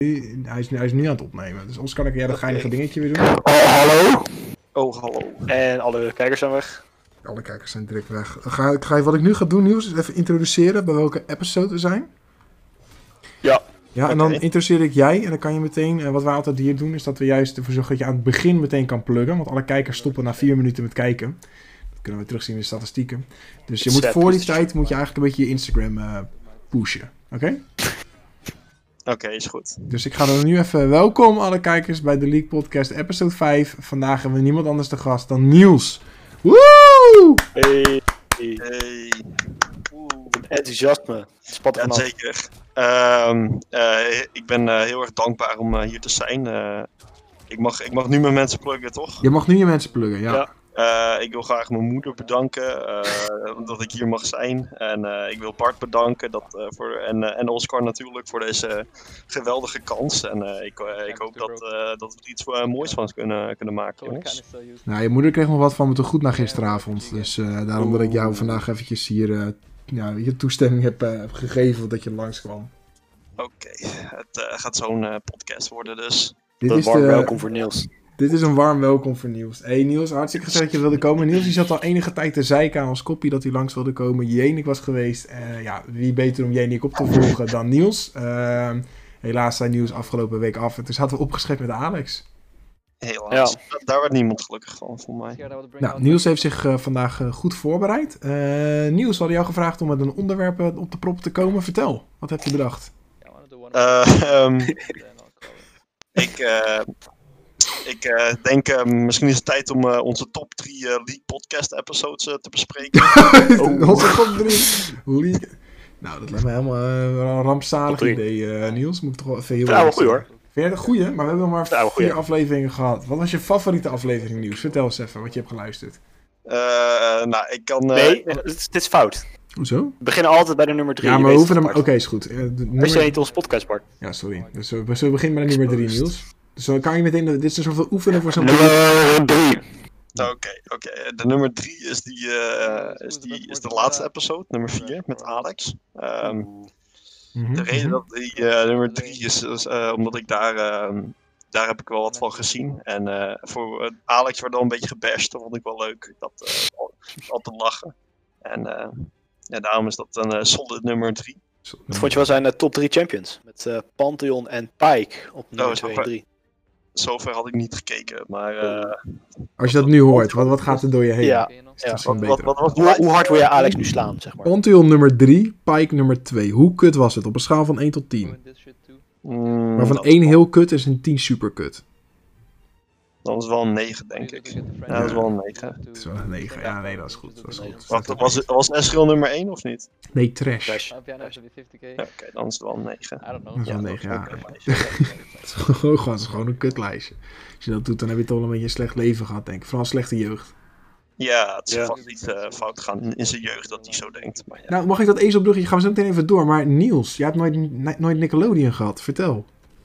Hij is nu aan het opnemen. Dus Oscar, kan jij dat geinige dingetje weer doen? Hallo? Oh, hallo. En alle kijkers zijn weg. Alle kijkers zijn direct weg. Wat ik nu ga doen, Niels, is even introduceren bij welke episode we zijn. Ja. Ja, en dan introduceer ik jij en dan kan je meteen, wat wij altijd hier doen, is dat we juist ervoor zorgen dat je aan het begin meteen kan pluggen. Want alle kijkers stoppen na 4 minuten met kijken. Dat kunnen we terugzien in de statistieken. Dus je moet voor die tijd eigenlijk een beetje je Instagram pushen. Oké? Oké, is goed. Dus ik ga dan nu even welkom alle kijkers bij de League Podcast episode 5. Vandaag hebben we niemand anders te gast dan Niels. Woe! Hey. Enthousiasme. Spat er Ja, vanaf. zeker. Ik ben heel erg dankbaar om hier te zijn. Ik mag nu mijn mensen pluggen, toch? Je mag nu je mensen pluggen, ja. Ja. Ik wil graag mijn moeder bedanken dat ik hier mag zijn. En ik wil Bart bedanken en Oscar natuurlijk voor deze geweldige kans. En ik hoop dat we er iets moois van kunnen maken, jongens. Nou, je moeder kreeg nog wat van me te goed na gisteravond. Dus daarom dat ik jou vandaag eventjes hier je toestemming heb gegeven dat je langskwam. Oké, het gaat zo'n podcast worden dus. Dit Een is warm welkom voor Niels. Dit is een warm welkom voor Niels. Hey Niels, hartstikke gezellig dat je wilde komen. Niels die zat al enige tijd te zeiken aan ons kopje dat hij langs wilde komen. Jenik was geweest. Wie beter om Jenik op te volgen dan Niels. Helaas zijn Niels afgelopen week af. En toen zaten we opgeschept met Alex. Helaas. Ja. Daar werd niemand gelukkig van, voor mij. Nou, Niels heeft zich vandaag goed voorbereid. Niels, we hadden jou gevraagd om met een onderwerp op de prop te komen. Vertel, wat heb je bedacht? Ik denk misschien is het tijd om onze top 3 League podcast episodes te bespreken. Onze top 3 League. Nou, dat lijkt me helemaal een rampzalig idee, Niels. Moet ik toch wel even heel wel goed hoor. Vind jij dat goeie? Maar we hebben maar 4 afleveringen gehad. Wat was je favoriete aflevering, Niels? Vertel eens even wat je hebt geluisterd. Nou, ik kan... Nee, dit is fout. Hoezo? We beginnen altijd bij de nummer 3. Ja, maar we hoeven hem... Oké, is goed. Is jij niet ons podcast, Bart? Ja, sorry. Dus we beginnen met de nummer 3, Niels. Dus dan kan je meteen... Dit is een soort van oefenen voor zo'n... Nummer 3. Oké. De nummer 3 is de laatste episode, nummer 4, met Alex. De reden dat die nummer 3 is omdat ik daar heb ik wel wat van gezien. En voor Alex werd al een beetje gebashed, dat vond ik wel leuk. Dat altijd lachen. En daarom is dat een solid nummer 3. Wat vond je wel zijn top 3 champions? Met Pantheon en Pyke op nummer 2 en 3. Zover had ik niet gekeken, maar... Als je dat nu hoort, wat gaat er door je heen? Ja. Hoe hard wil jij Alex nu slaan, zeg maar? Pantheon nummer 3, Pyke nummer 2. Hoe kut was het op een schaal van 1 tot 10? Waarvan 1 heel kut is en 10 super kut. Dan is het wel een 9, denk ik. Ja, dat is wel een 9. Het is wel een 9, ja, nee, dat is goed. Was Ezreal nummer 1 of niet? Nee, trash. Ja, oké, dan is het wel een 9. Dat is wel een 9, ja. Het is gewoon een kutlijstje. Als je dat doet, dan heb je toch wel een beetje een slecht leven gehad, denk ik. Vooral slechte jeugd. Ja, het is vast niet fout gaan in zijn jeugd dat hij zo denkt. Maar ja. Nou, mag ik dat ezelbruggetje? Gaan we zo meteen even door. Maar Niels, jij hebt nooit Nickelodeon gehad. Vertel.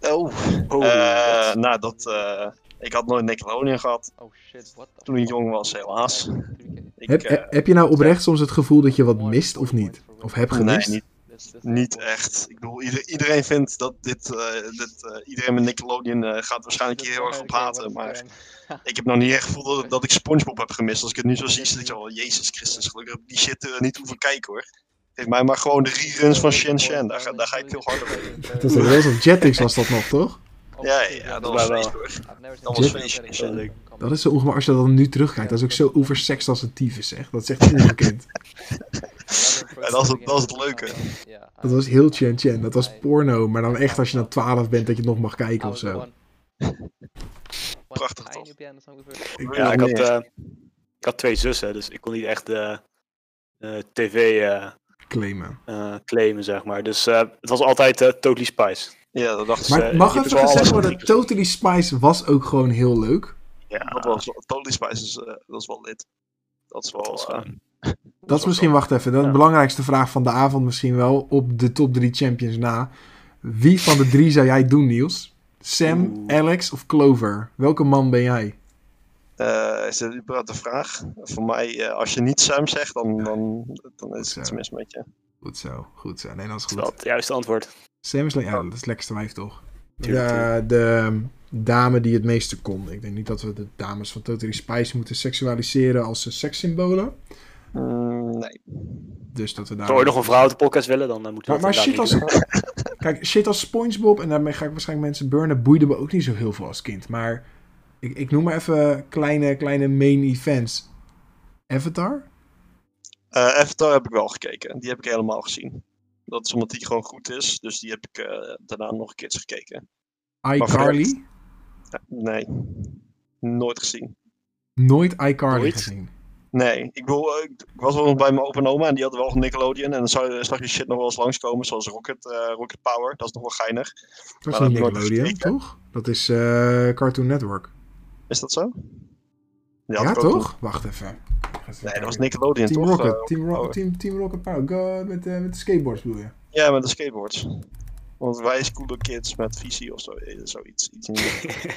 Ik had nooit Nickelodeon gehad. Toen ik jong was, helaas. Heb je nou oprecht soms het gevoel dat je wat mist of niet? Of heb gemist? Nee, niet echt. Ik bedoel, iedereen vindt dat iedereen met Nickelodeon gaat waarschijnlijk hier heel erg op haten. Maar ik heb nog niet echt het gevoel dat ik SpongeBob heb gemist. Als ik het nu zo zie, zit ik zo, Jezus Christus, gelukkig heb ik die shit niet hoeven kijken hoor. Geef mij maar gewoon de reruns van Shen Shen, daar ga ik veel harder mee. Dat was op Jetix was dat nog, toch? Ja, dat was feest hoor. Dat was feestje. Dat is zo ongemakkelijk als je dat dan nu terugkijkt. Dat is ook zo oversext als een tyfus, zeg. Dat is echt ongekend. Ja, dat was het leuke. Dat was heel Chen Chen. Dat was porno, maar dan echt als je dan 12 bent dat je nog mag kijken of zo. Prachtig toch? Ja, ik had 2 zussen, dus ik kon niet echt de tv claimen, zeg maar. Dus het was altijd Totally Spice. Ja, dat dacht ik. Maar mag even gezegd worden, Totally Spice was ook gewoon heel leuk. Ja, Totally Spice dat is wel lid. Dat is wel... dat is misschien, wacht even, de belangrijkste vraag van de avond misschien wel, op de top 3 champions na. Wie van de 3 zou jij doen, Niels? Sam, Alex of Clover? Welke man ben jij? Is dat überhaupt de vraag? Voor mij, als je niet Sam zegt, dan is het iets mis met je. Goed zo. Nee, dat is goed. Dat is wel het juiste antwoord. Sam is dat is het lekkerste wijf toch? De dame die het meeste kon. Ik denk niet dat we de dames van Totally Spice moeten seksualiseren als sekssymbolen. Nee. Dus dat we daar... Zou je nog een vrouw uit de podcast willen, dan moeten we maar shit als... Kijk, shit als SpongeBob, en daarmee ga ik waarschijnlijk mensen burnen, boeide me ook niet zo heel veel als kind. Maar ik noem maar even kleine main events. Avatar? Avatar heb ik wel gekeken. Die heb ik helemaal gezien. Dat is omdat die gewoon goed is. Dus die heb ik daarna nog een keer gekeken. iCarly? Nee. Nooit gezien. Nooit iCarly gezien? Nee. Ik was wel bij mijn opa en oma en die hadden wel een Nickelodeon. En dan zag je shit nog wel eens langskomen. Zoals Rocket Power. Dat is nog wel geinig. Dat is niet Nickelodeon, toch? Dat is Cartoon Network. Is dat zo? Ja, toch? Wacht even. Nee, dat was Nickelodeon, Team toch? Rocket, Team Rocket Power. Go met de skateboards bedoel je? Ja, met de skateboards. Want wij is coole kids met visie of zo, zoiets. Iets in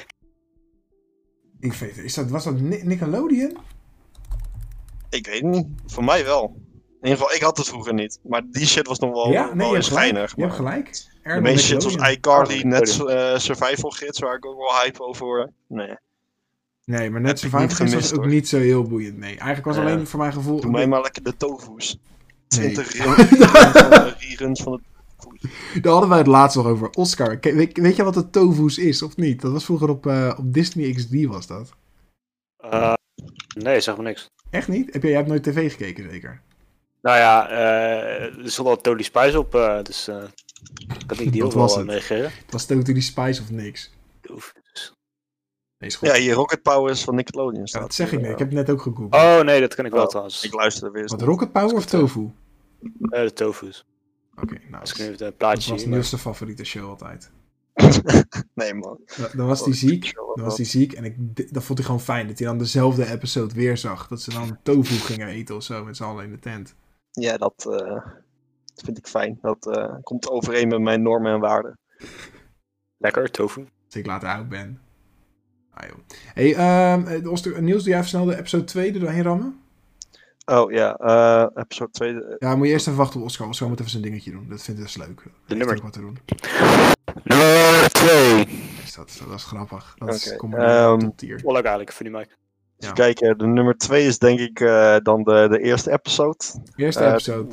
ik weet het. Was dat Nickelodeon? Ik weet het niet. Voor mij wel. In ieder geval, ik had het vroeger niet. Maar die shit was nog wel, wel schijnig. Je hebt gelijk. De meeste shit zoals iCarly, net Survival Gids, waar ik ook wel hype over hoor. Nee, maar net Survival Gids was ook niet zo heel boeiend. Nee, eigenlijk was alleen voor mijn gevoel... Doe mij maar lekker de tofu's. 20 reruns van het... Daar hadden wij het laatst nog over. Oscar, weet je wat de tofu's is of niet? Dat was vroeger op Disney XD was dat. Nee, zeg maar niks. Echt niet? Jij hebt nooit tv gekeken zeker? Nou ja, er stond al Totally Spice op, dus ik had niet die heel veel meegegeven. Het was Totally Spice of niks. Nee, ja, hier Rocket Power is van Nickelodeon staat. Ja, dat zeg ik niet. Ik heb het net ook gegoogeld. Oh nee, dat kan ik wel trouwens. Ik luisterde weer eens. Wat, Rocket Power of Tofu? De tofu's. Oké, nou. Als ik even het plaatje dat was Niels' favoriete show altijd. Nee man. Dan was hij ziek. En dat vond hij gewoon fijn. Dat hij dan dezelfde episode weer zag. Dat ze dan tofu gingen eten of zo met z'n allen in de tent. Ja, dat vind ik fijn. Dat komt overeen met mijn normen en waarden. Lekker, tofu. Als ik later oud ben. Ah, joh. Hey, Niels, doe jij even snel de episode 2 er doorheen rammen? Oh ja, episode 2. Ja, moet je eerst even wachten op Oscar. Oscar moet even zijn dingetje doen. Dat vindt hij dus leuk. De nummer. Ook wat te doen. Nummer 2. Dat is grappig. Dat is top tier. Wel leuk eigenlijk, voor die Mike. Even kijken, de nummer 2 is denk ik dan de eerste episode. Eerste episode.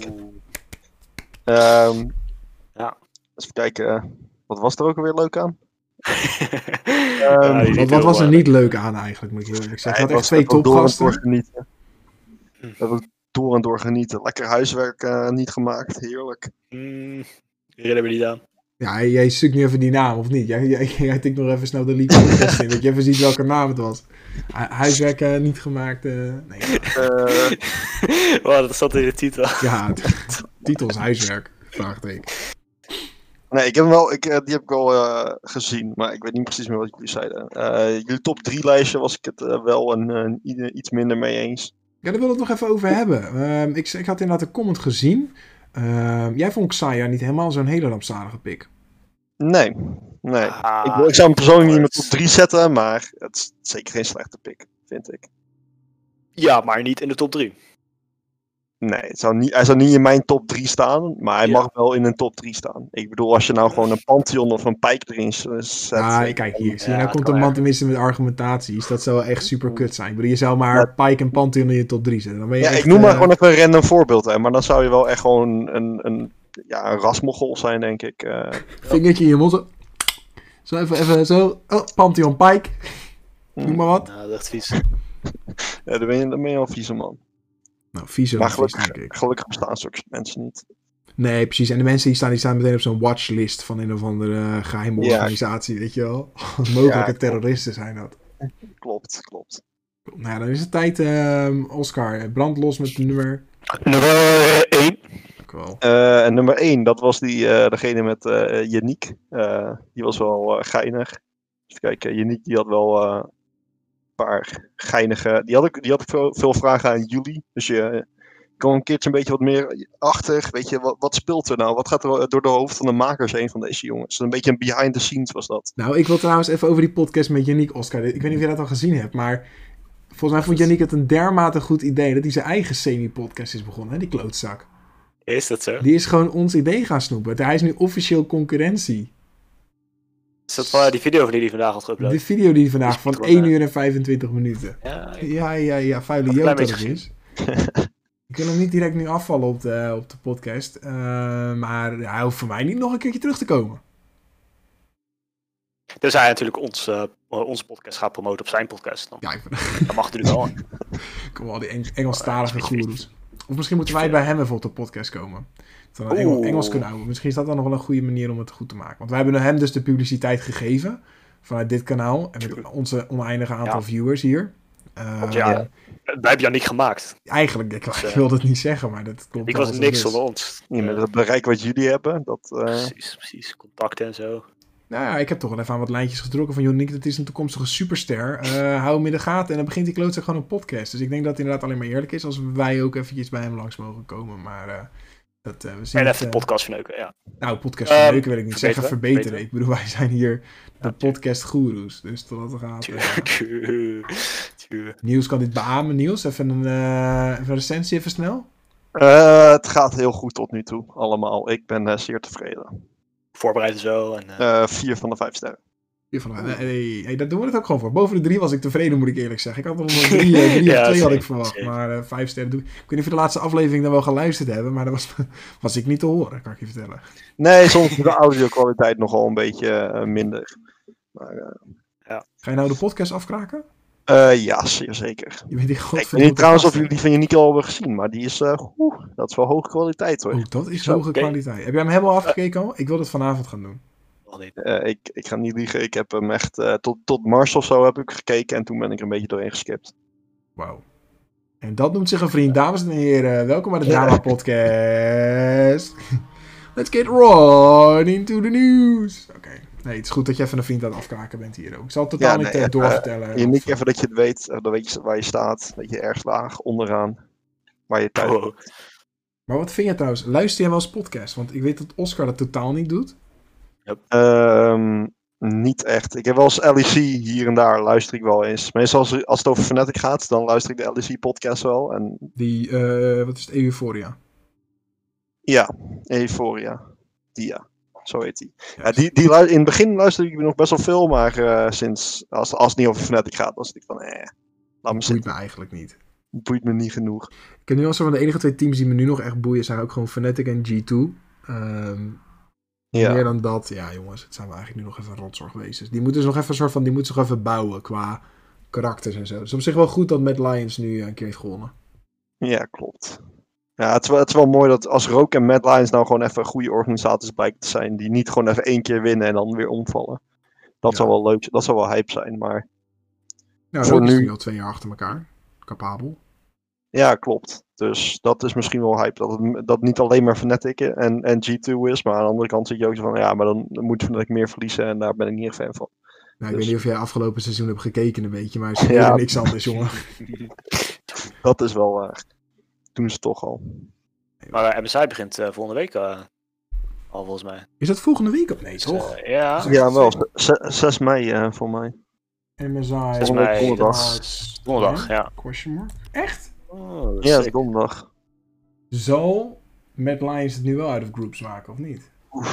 Ja. Even kijken, wat was er ook alweer leuk aan? Wat was er niet leuk aan eigenlijk, moet ik heel eerlijk zeggen. Ik had echt 2 topgasten. We hebben door en door genieten. Lekker huiswerk niet gemaakt, heerlijk. Hier hebben we die aan. Ja, jij zoekt nu even die naam, of niet? Jij tikt nog even snel de liefde in, dat je even ziet welke naam het was. Huiswerk niet gemaakt, nee. Wow, dat zat in de titel. Ja, titel is huiswerk, vraagteken. Nee, die heb ik wel gezien, maar ik weet niet precies meer wat jullie zeiden. Jullie top 3 lijstje was ik het wel iets minder mee eens. Ja, daar wil ik het nog even over hebben. Ik had inderdaad een comment gezien. Jij vond Xayah niet helemaal zo'n hele rampzalige pick. Nee. Ik zou hem persoonlijk niet in mijn top 3 zetten, maar het is zeker geen slechte pick, vind ik. Ja, maar niet in de top 3. Nee, hij zou niet in mijn top 3 staan, maar hij mag wel in een top 3 staan. Ik bedoel, als je nou gewoon een Pantheon of een Pike erin zet... kijk hier, zie je, nou komt een man tenminste met argumentaties. Dat zou wel echt super kut zijn. Ik bedoel, je zou maar Pike en Pantheon in je top 3 zetten. Dan ben je echt, ik noem maar gewoon even een random voorbeeld, hè, maar dan zou je wel echt gewoon een rasmogol zijn, denk ik. Vingertje in je mond. Zo even zo. Oh, Pantheon, Pike. Noem maar wat. Nou, dat is vies. Ja, dan ben je al vieze man. Nou, vieze, maar gelukkig bestaan zulke mensen niet. Nee, precies. En de mensen die staan meteen op zo'n watchlist van een of andere geheime organisatie, weet je wel. Mogelijke terroristen zijn dat. Klopt. Nou ja, dan is het tijd, Oscar, brand los met de nummer... Nummer 1. En nummer 1, dat was degene met Yannick. Die was wel geinig. Even kijken, Yannick die had wel... paar geinige... Die had veel vragen aan jullie. Dus je kan een keertje een beetje wat meer achter. Weet je, wat speelt er nou? Wat gaat er door de hoofd van de makers heen van deze jongens? Een beetje een behind the scenes was dat. Nou, ik wil trouwens even over die podcast met Yannick, Oscar. Ik weet niet of je dat al gezien hebt, maar... Volgens mij vond Yannick het een dermate goed idee dat hij zijn eigen semi-podcast is begonnen, hè? Die klootzak. Is dat zo? Die is gewoon ons idee gaan snoepen. Hij is nu officieel concurrentie. Is dat die video die hij vandaag had geüpload? De video die vandaag van 1 uur en 25 minuten. Ja, vuile jood dat het is. Ik wil hem niet direct nu afvallen op de podcast. Maar hij hoeft voor mij niet nog een keertje terug te komen. Dus hij natuurlijk onze podcast gaat promoten op zijn podcast. Dan. Ja, dat mag natuurlijk wel. Kom al die Engelstalige goeroes. Of misschien moeten wij bij hem even op de podcast komen. Dat we dan Engels kunnen houden. Misschien is dat dan nog wel een goede manier om het goed te maken. Want wij hebben hem dus de publiciteit gegeven. Vanuit dit kanaal. En met onze oneindige aantal viewers hier. Wij hebben jou niet gemaakt. Eigenlijk, ik wilde het niet zeggen, maar dat klopt. Ik was niks zonder ons. Ja, met het bereik wat jullie hebben. Precies. Contacten en zo. Nou ja, ik heb toch wel even aan wat lijntjes getrokken van... joh, Nick, dat is een toekomstige superster. Hou hem in de gaten en dan begint die klootzak gewoon een podcast. Dus ik denk dat het inderdaad alleen maar eerlijk is... als wij ook eventjes bij hem langs mogen komen. Maar we zien en even de podcast verneuken, ja. Nou, podcast verneuken wil ik niet zeggen, verbeteren. Ik bedoel, wij zijn hier de podcast-goeroes. Dus tot dat gaat. Niels kan dit beamen. Niels, even een recensie even snel. Het gaat heel goed tot nu toe, allemaal. Ik ben zeer tevreden. Voorbereid en zo. En, 4 van de 5 sterren. Daar doen we het ook gewoon voor. Boven de 3 was ik tevreden, moet ik eerlijk zeggen. Ik had er nog 3 of 2 had ik verwacht. Zeker. Maar 5 sterren doe ik. Ik weet niet of je de laatste aflevering dan wel geluisterd hebben. Maar dat was ik niet te horen, kan ik je vertellen. Nee, soms is de audio-kwaliteit nogal een beetje minder. Maar, Ga je nou de podcast afkraken? Ja, zeer zeker. Je weet die ik weet niet trouwens of jullie die van Unique al hebben gezien. Maar die is, dat is wel hoge kwaliteit hoor. Dat is hoge kwaliteit. Heb jij hem helemaal afgekeken al? Ik wil het vanavond gaan doen. Ik ga niet liegen, ik heb hem echt tot Mars of zo heb ik gekeken en toen ben ik er een beetje doorheen geskipt. Wauw. En dat noemt zich een vriend. Dames en heren, welkom bij de Drama Podcast. Let's get right into the news. Oké. Nee, het is goed dat je even een vriend aan het afkraken bent hier ook. Ik zal het totaal niet doorvertellen. Je niet even dat je het weet, dan weet je waar je staat. Dat je ergens laag onderaan, waar je thuis komt. Maar wat vind je trouwens? Luister je wel eens podcast? Want ik weet dat Oscar dat totaal niet doet. Niet echt. Ik heb wel eens LEC hier en daar, luister ik wel eens. Meestal als het over Fnatic gaat, dan luister ik de LEC podcast wel. En... Die, wat is het, Euphoria? Ja, Euphoria. Zo heet die. Ja, in het begin luisterde ik nog best wel veel, maar sinds, als het niet over Fnatic gaat, dan zit ik van, laat me zitten. Boeit me eigenlijk niet. Boeit me niet genoeg. Ik heb nu al zo van de enige 2 teams die me nu nog echt boeien, zijn ook gewoon Fnatic en G2. Meer dan dat, ja jongens, het zijn we eigenlijk nu nog even rotzorgwezens. Die moeten dus nog even die moeten zich even bouwen qua karakters en zo. Dus op zich wel goed dat Mad Lions nu een keer heeft gewonnen. Ja, klopt. Ja, het is wel mooi dat als Rogue en Mad Lions nou gewoon even goede organisators blijken te zijn, die niet gewoon even 1 keer winnen en dan weer omvallen. Dat zou wel leuk, dat zou wel hype zijn, maar... Nou, Rogue is nu al 2 jaar achter elkaar, capabel. Ja, klopt. Dus dat is misschien wel hype. Dat niet alleen maar Fnatic en G2 is. Maar aan de andere kant zit je ook zo van... Ja, maar dan moet Fnatic meer verliezen. En daar ben ik niet echt fan van. Nou, ik weet niet of jij afgelopen seizoen hebt gekeken een beetje. Maar het is niks anders, jongen. Dat is wel... doen ze toch al. Maar MSI begint volgende week al volgens mij. Is dat volgende week of nee, toch? Ja, wel. 6 mei voor mij. MSI. 6 mei. Donderdag, ja. Question mark? Echt? Oh, ja, donderdag. Zal Mad Lions het nu wel uit of groups maken, of niet?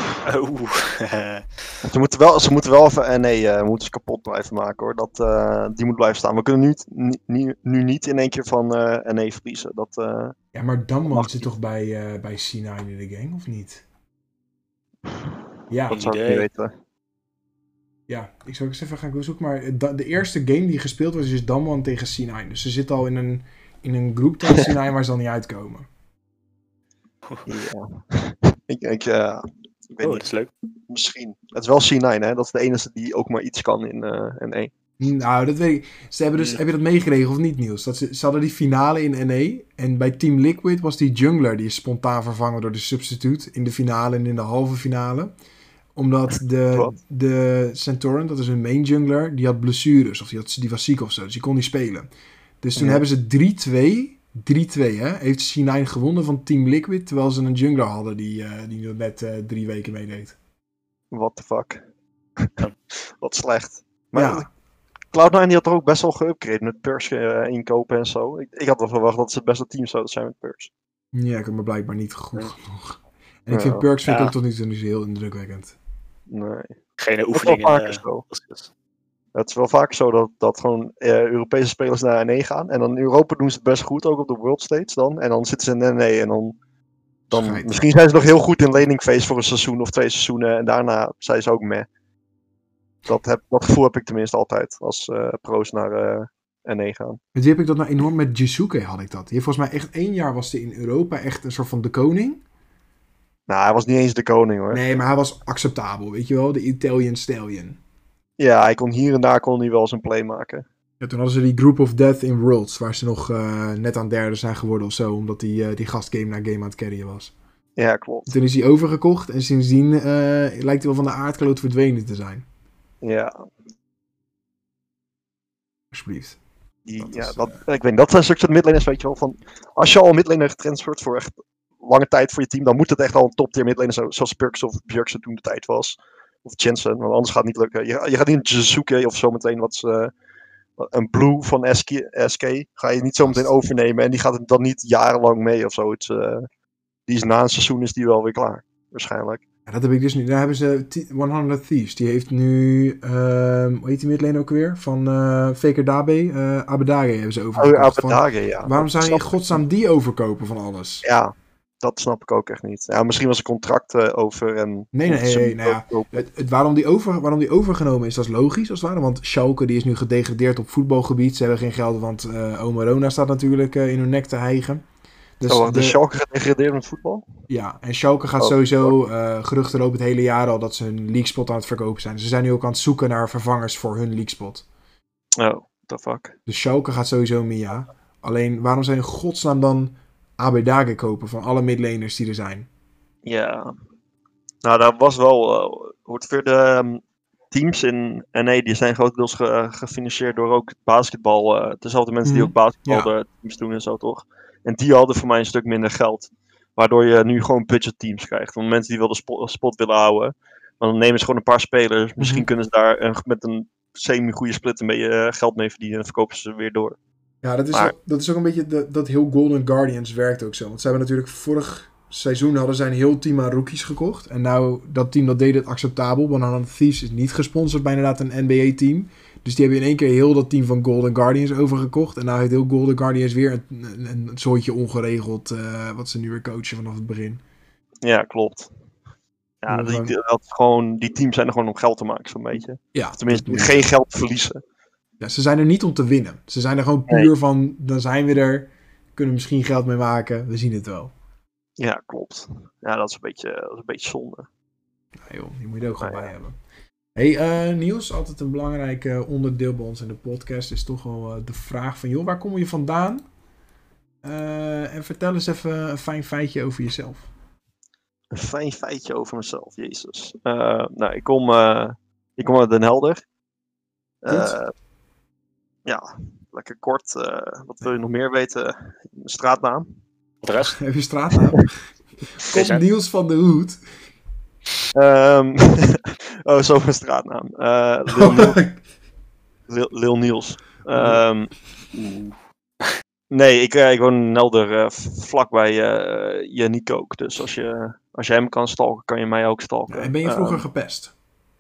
Ze moeten wel even moeten ze kapot blijven maken hoor. Die moet blijven staan. We kunnen nu niet in één keer van NE verliezen. Ja, maar dan mag ze toch bij C9 in de gang, of niet? Ja, dat zou ik niet weten. Ja, ik zou eens even gaan zoeken, maar de eerste game die gespeeld was is Damwon tegen C9. Dus ze zitten al in een groep tegen C9 waar ze dan niet uitkomen. Ja. Ik weet niet. Dat is leuk. Misschien. Het is wel C9, hè? Dat is de enige die ook maar iets kan in NE. Nou, dat weet ik. Ze hebben heb je dat meegekregen of niet, Niels? Dat ze hadden die finale in NE. En bij Team Liquid was die jungler die is spontaan vervangen door de substitute in de finale en in de halve finale. Omdat de Centauran, dat is een main jungler, die had blessures. Of die was ziek of zo, dus die kon niet spelen. Dus toen hebben ze 3-2, hè, heeft C9 gewonnen van Team Liquid, terwijl ze een jungler hadden die net 3 weken meedeed. What the fuck. Wat slecht. Maar Cloud9 die had er ook best wel geupgrade met Purs inkopen en zo. Ik had wel verwacht dat ze het beste team zouden zijn met Purs. Ja, ik heb me blijkbaar niet goed genoeg. En ik vind Perks ook tot nu toe niet zo heel indrukwekkend. Nee. Geen oefeningen. Het is wel vaker zo dat gewoon Europese spelers naar NA gaan. En dan in Europa doen ze het best goed, ook op de World Stage dan. En dan zitten ze in NA en dan misschien zijn ze nog heel goed in leningfeest voor een seizoen of 2 seizoenen. En daarna zijn ze ook meh. Dat gevoel heb ik tenminste altijd als pro's naar NA gaan. Die heb ik dat nou enorm met Jisuke had ik dat. Die heeft volgens mij echt 1 jaar was hij in Europa echt een soort van de koning. Nou, hij was niet eens de koning hoor. Nee, maar hij was acceptabel, weet je wel. De Italian Stallion. Ja, hij kon hier en daar wel zijn play maken. Ja, toen hadden ze die Group of Death in Worlds, waar ze nog net aan derde zijn geworden of zo, omdat die gast game na game aan het carryen was. Ja, klopt. Toen is hij overgekocht en sindsdien lijkt hij wel van de aardkloot verdwenen te zijn. Ja. Alsjeblieft. Ik weet dat zijn stukken midlaners, weet je wel. Van, als je al midlaner getransferd voor echt lange tijd voor je team, dan moet het echt al een top tier midlaner zoals Perks of Bjergsen toen de tijd was. Of Jensen, want anders gaat het niet lukken. Je gaat niet een Jizuke of zo meteen een Blue van SK ga je niet zo meteen overnemen en die gaat het dan niet jarenlang mee of zo. Die is na een seizoen is die wel weer klaar, waarschijnlijk. Ja, dat heb ik dus nu. Daar hebben ze 100 Thieves. Die heeft nu, hoe heet die midlane ook weer? Van Faker Dabe. Abedage hebben ze overgekocht. Abedage, ja. Waarom zou je in godsnaam die overkopen van alles? Ja, dat snap ik ook echt niet. Ja, misschien was een contract over en... Nee. Nou ja, waarom die overgenomen is, dat is logisch als het ware. Want Schalke die is nu gedegradeerd op voetbalgebied. Ze hebben geen geld, want Omerona staat natuurlijk in hun nek te hijgen. Dus Schalke gedegradeerd met voetbal? Ja, en Schalke gaat sowieso geruchten lopen het hele jaar al dat ze hun leaguespot aan het verkopen zijn. Ze zijn nu ook aan het zoeken naar vervangers voor hun leaguespot. Oh, the fuck. Dus Schalke gaat sowieso Mia. Alleen, waarom zou je in godsnaam dan Abedage kopen van alle midlaners die er zijn? Ja. Nou, dat was wel... wordt voor de teams in NA, die zijn grotendeels gefinancierd door ook basketbal. Dezelfde mensen die ook basketbal teams doen en zo, toch? En die hadden voor mij een stuk minder geld. Waardoor je nu gewoon budget teams krijgt. Want mensen die wel de spot willen houden. Dan nemen ze gewoon een paar spelers. Misschien kunnen ze daar met een semi-goede split een beetje geld mee verdienen. En verkopen ze weer door. Ja, dat is ook een beetje dat heel Golden Guardians werkt ook zo. Want ze hebben natuurlijk vorig seizoen hadden zij een heel team aan rookies gekocht. En nou, dat team dat deed het acceptabel. Want dan Thieves is niet gesponsord bij inderdaad een NBA-team. Dus die hebben in één keer heel dat team van Golden Guardians overgekocht. En nou heeft heel Golden Guardians weer een soortje ongeregeld wat ze nu weer coachen vanaf het begin. Ja, klopt. Ja, die teams zijn er gewoon om geld te maken, zo'n beetje. Ja, tenminste, geen geld te verliezen. Ja, ze zijn er niet om te winnen. Ze zijn er gewoon puur van, dan zijn we er, kunnen misschien geld mee maken, we zien het wel. Ja, klopt. Ja, dat is een beetje zonde. Ja, joh, die moet je er ook gewoon bij hebben. Hey, Niels, altijd een belangrijk onderdeel bij ons in de podcast is toch wel de vraag van, joh, waar kom je vandaan? En vertel eens even een fijn feitje over jezelf. Een fijn feitje over mezelf, jezus. Nou, ik kom uit Den Helder. Ja, lekker kort. Wat wil je nog meer weten? Straatnaam. De rest? Heb je straatnaam? Komt Niels van de Hoed. Zo mijn straatnaam. Lil Niels. Nee, ik woon in Nelder vlakbij Yannick ook. Dus als je hem kan stalken, kan je mij ook stalken. En ben je vroeger gepest?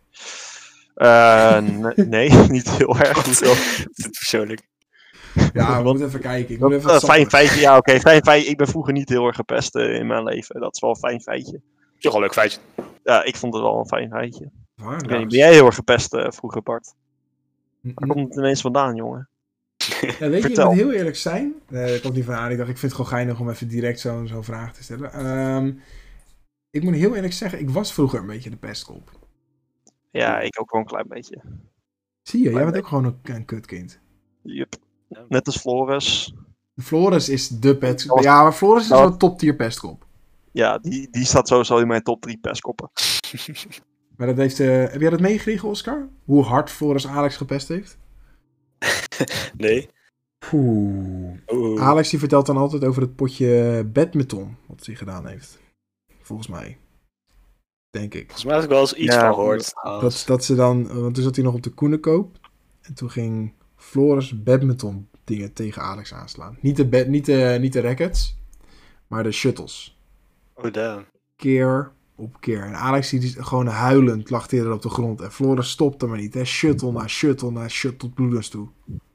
Nee, niet heel erg goed. Dit persoonlijk. Ja, we moeten even kijken. Fijn feitje, ja oké. Fijn feitje. Ik ben vroeger niet heel erg gepest in mijn leven. Dat is wel een fijn feitje. Toch wel een leuk feitje. Ja, ik vond het wel een fijn feitje. Ben jij heel erg gepest vroeger, Bart? Waar komt het ineens vandaan, jongen? Ja, weet je, ik moet heel eerlijk zijn. Dat komt niet vandaan. Ik dacht, ik vind het gewoon geinig om even direct zo'n vraag te stellen. Ik moet heel eerlijk zeggen, ik was vroeger een beetje de pestkop. Ja, ik ook wel een klein beetje. Zie je, jij bent ook gewoon een kutkind. Yep. Net als Floris. Floris is de pestkop. Ja, maar Floris is wel een top tier pestkop. Ja, die staat sowieso in mijn top 3 pestkoppen. Maar dat heeft, heb jij dat meegekregen, Oscar? Hoe hard Floris Alex gepest heeft? Nee. Alex die vertelt dan altijd over het potje badminton wat hij gedaan heeft. Volgens mij. Denk ik. Volgens mij heb ik wel eens iets van gehoord. Dat ze dan, want toen zat hij nog op de Koenenkoop. En toen ging Floris badminton dingen tegen Alex aanslaan. Niet de rackets, maar de shuttles. Oh damn. Keer op keer. En Alex die gewoon huilend lag er op de grond. En Floris stopte maar niet. Hè. Shuttle na shuttle na shuttle tot bloedens toe.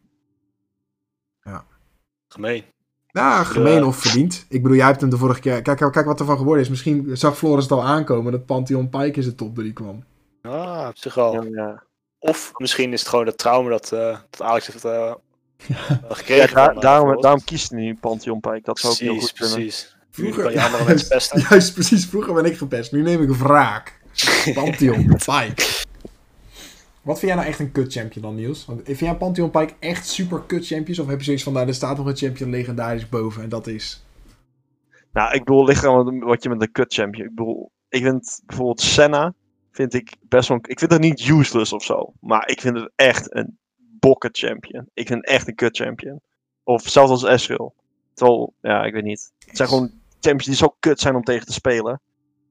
Ja. Gemeen. Ja, gemeen of verdiend. Ik bedoel, jij hebt hem de vorige keer... Kijk wat er van geworden is. Misschien zag Floris het al aankomen dat Pantheon Pike in zijn top 3 kwam. Ah, op zich al. Ja. Of misschien is het gewoon het trauma dat Alex heeft gekregen. Ja, daarom kiest hij nu Pantheon Pike. Dat zou ook heel goed kunnen. Precies. Vroeger kan je andere mensen pesten. Juist, precies. Vroeger ben ik gepest. Nu neem ik wraak. Pantheon Pike. Wat vind jij nou echt een kut champion dan, Niels? Want vind jij Pantheon Pike echt super kut champions? Of heb je zoiets van, er staat nog een champion legendarisch boven en dat is... Nou, ik bedoel, ligt aan wat je met een kut champion... Ik vind bijvoorbeeld Senna, vind ik best wel... Ik vind het niet useless of zo. Maar ik vind het echt een bokken champion. Ik vind het echt een kut champion. Of zelfs als Ezreal. Terwijl, ja, ik weet niet. Het zijn gewoon champions die zo kut zijn om tegen te spelen.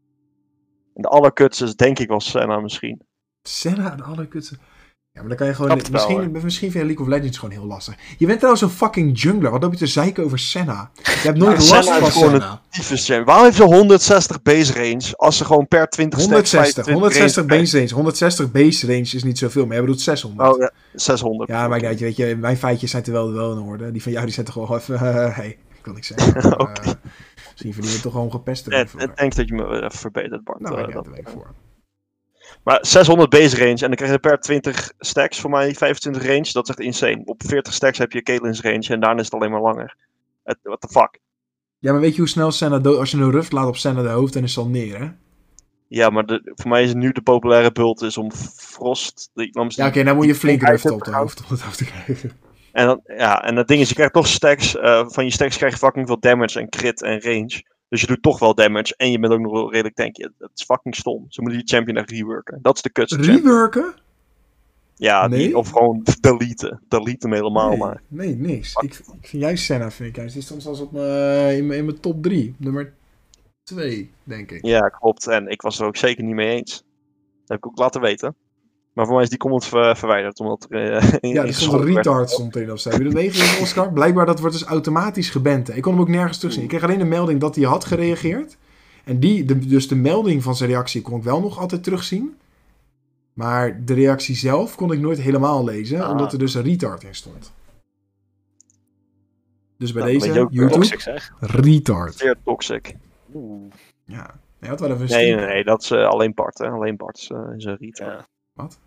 En de allerkutste is denk ik wel Senna misschien. Senna, de allerkutste. Ja, maar dan kan je gewoon... Misschien vind je League of Legends gewoon heel lastig. Je bent trouwens een fucking jungler. Wat loop je te zeiken over Senna? Je hebt nooit last van Senna. Waarom heeft ze 160 base range als ze gewoon per 20 stacks... 160 base range. 160 base range is niet zoveel, maar jij bedoelt 600. Oh ja, 600. Ja, maar weet je, mijn feitjes zijn er wel in orde. Die van jou die zijn toch wel even... hey, ik wil niks zeggen. Okay. Misschien verdien je toch gewoon gepest. Ik denk dat je me even verbetert, Bart. Nou, dat ben ik voor. Maar 600 base range en dan krijg je per 20 stacks voor mij 25 range. Dat is echt insane. Op 40 stacks heb je Caitlyn's range en daarna is het alleen maar langer. What the fuck? Ja, maar weet je hoe snel Senna als je een ruft laat op Senna de hoofd, dan is het al neer, hè? Ja, maar voor mij is nu de populaire build is om Frost... oké, dan moet je flink ruften op de hoofd om het af te krijgen. En dat ding is, je krijgt toch stacks. Van je stacks krijg je fucking veel damage en crit en range. Dus je doet toch wel damage en je bent ook nog wel redelijk tanky. Dat is fucking stom. Ze moeten die champion echt reworken. Dat is de kutste champion. Reworken? Ja, nee? Of gewoon deleten. Delete hem helemaal maar. Nee, niks. Ik vind juist Senna, vind ik juist. Die stond zelfs in mijn top 3. Nummer 2, denk ik. Ja, klopt. En ik was er ook zeker niet mee eens. Dat heb ik ook laten weten. Maar voor mij is die comment verwijderd. Omdat ja, er stond een retard stond erin of zo. Heb je dat meegekregen, Oscar? Blijkbaar dat wordt dus automatisch geband. Ik kon hem ook nergens terugzien. Ik kreeg alleen de melding dat hij had gereageerd. En dus de melding van zijn reactie kon ik wel nog altijd terugzien. Maar de reactie zelf kon ik nooit helemaal lezen. Omdat er dus een retard in stond. Dus bij deze, YouTube, toxic, zeg. Retard. Zeer toxic. Ja. Nee, dat wel even nee, dat is alleen Bart. Hè. Alleen Bart is een retard. Ja. Wat?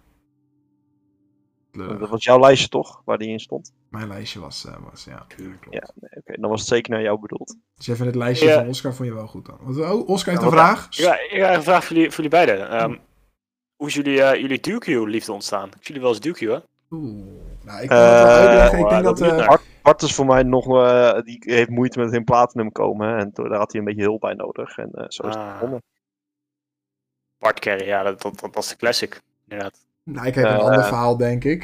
Dat was jouw lijstje toch, waar die in stond? Mijn lijstje was ja. Ja, nee, oké. Dan was het zeker naar jou bedoeld. Dus jij vindt het lijstje van Oscar vond je wel goed dan? Want, Oscar heeft een vraag. Ja, ik heb een vraag voor jullie beiden. Hoe is jullie Duke-liefde ontstaan? Ik zie jullie wel eens Duke, hè? Nou, ik kan het wel uitleggen. Ik denk dat... Bart is voor mij nog... die heeft moeite met in Platinum komen. En daar had hij een beetje hulp bij nodig. En zo is het begonnen. Bart Carry, ja, dat was de classic. Inderdaad. Nou, ik heb een ander verhaal, denk ik.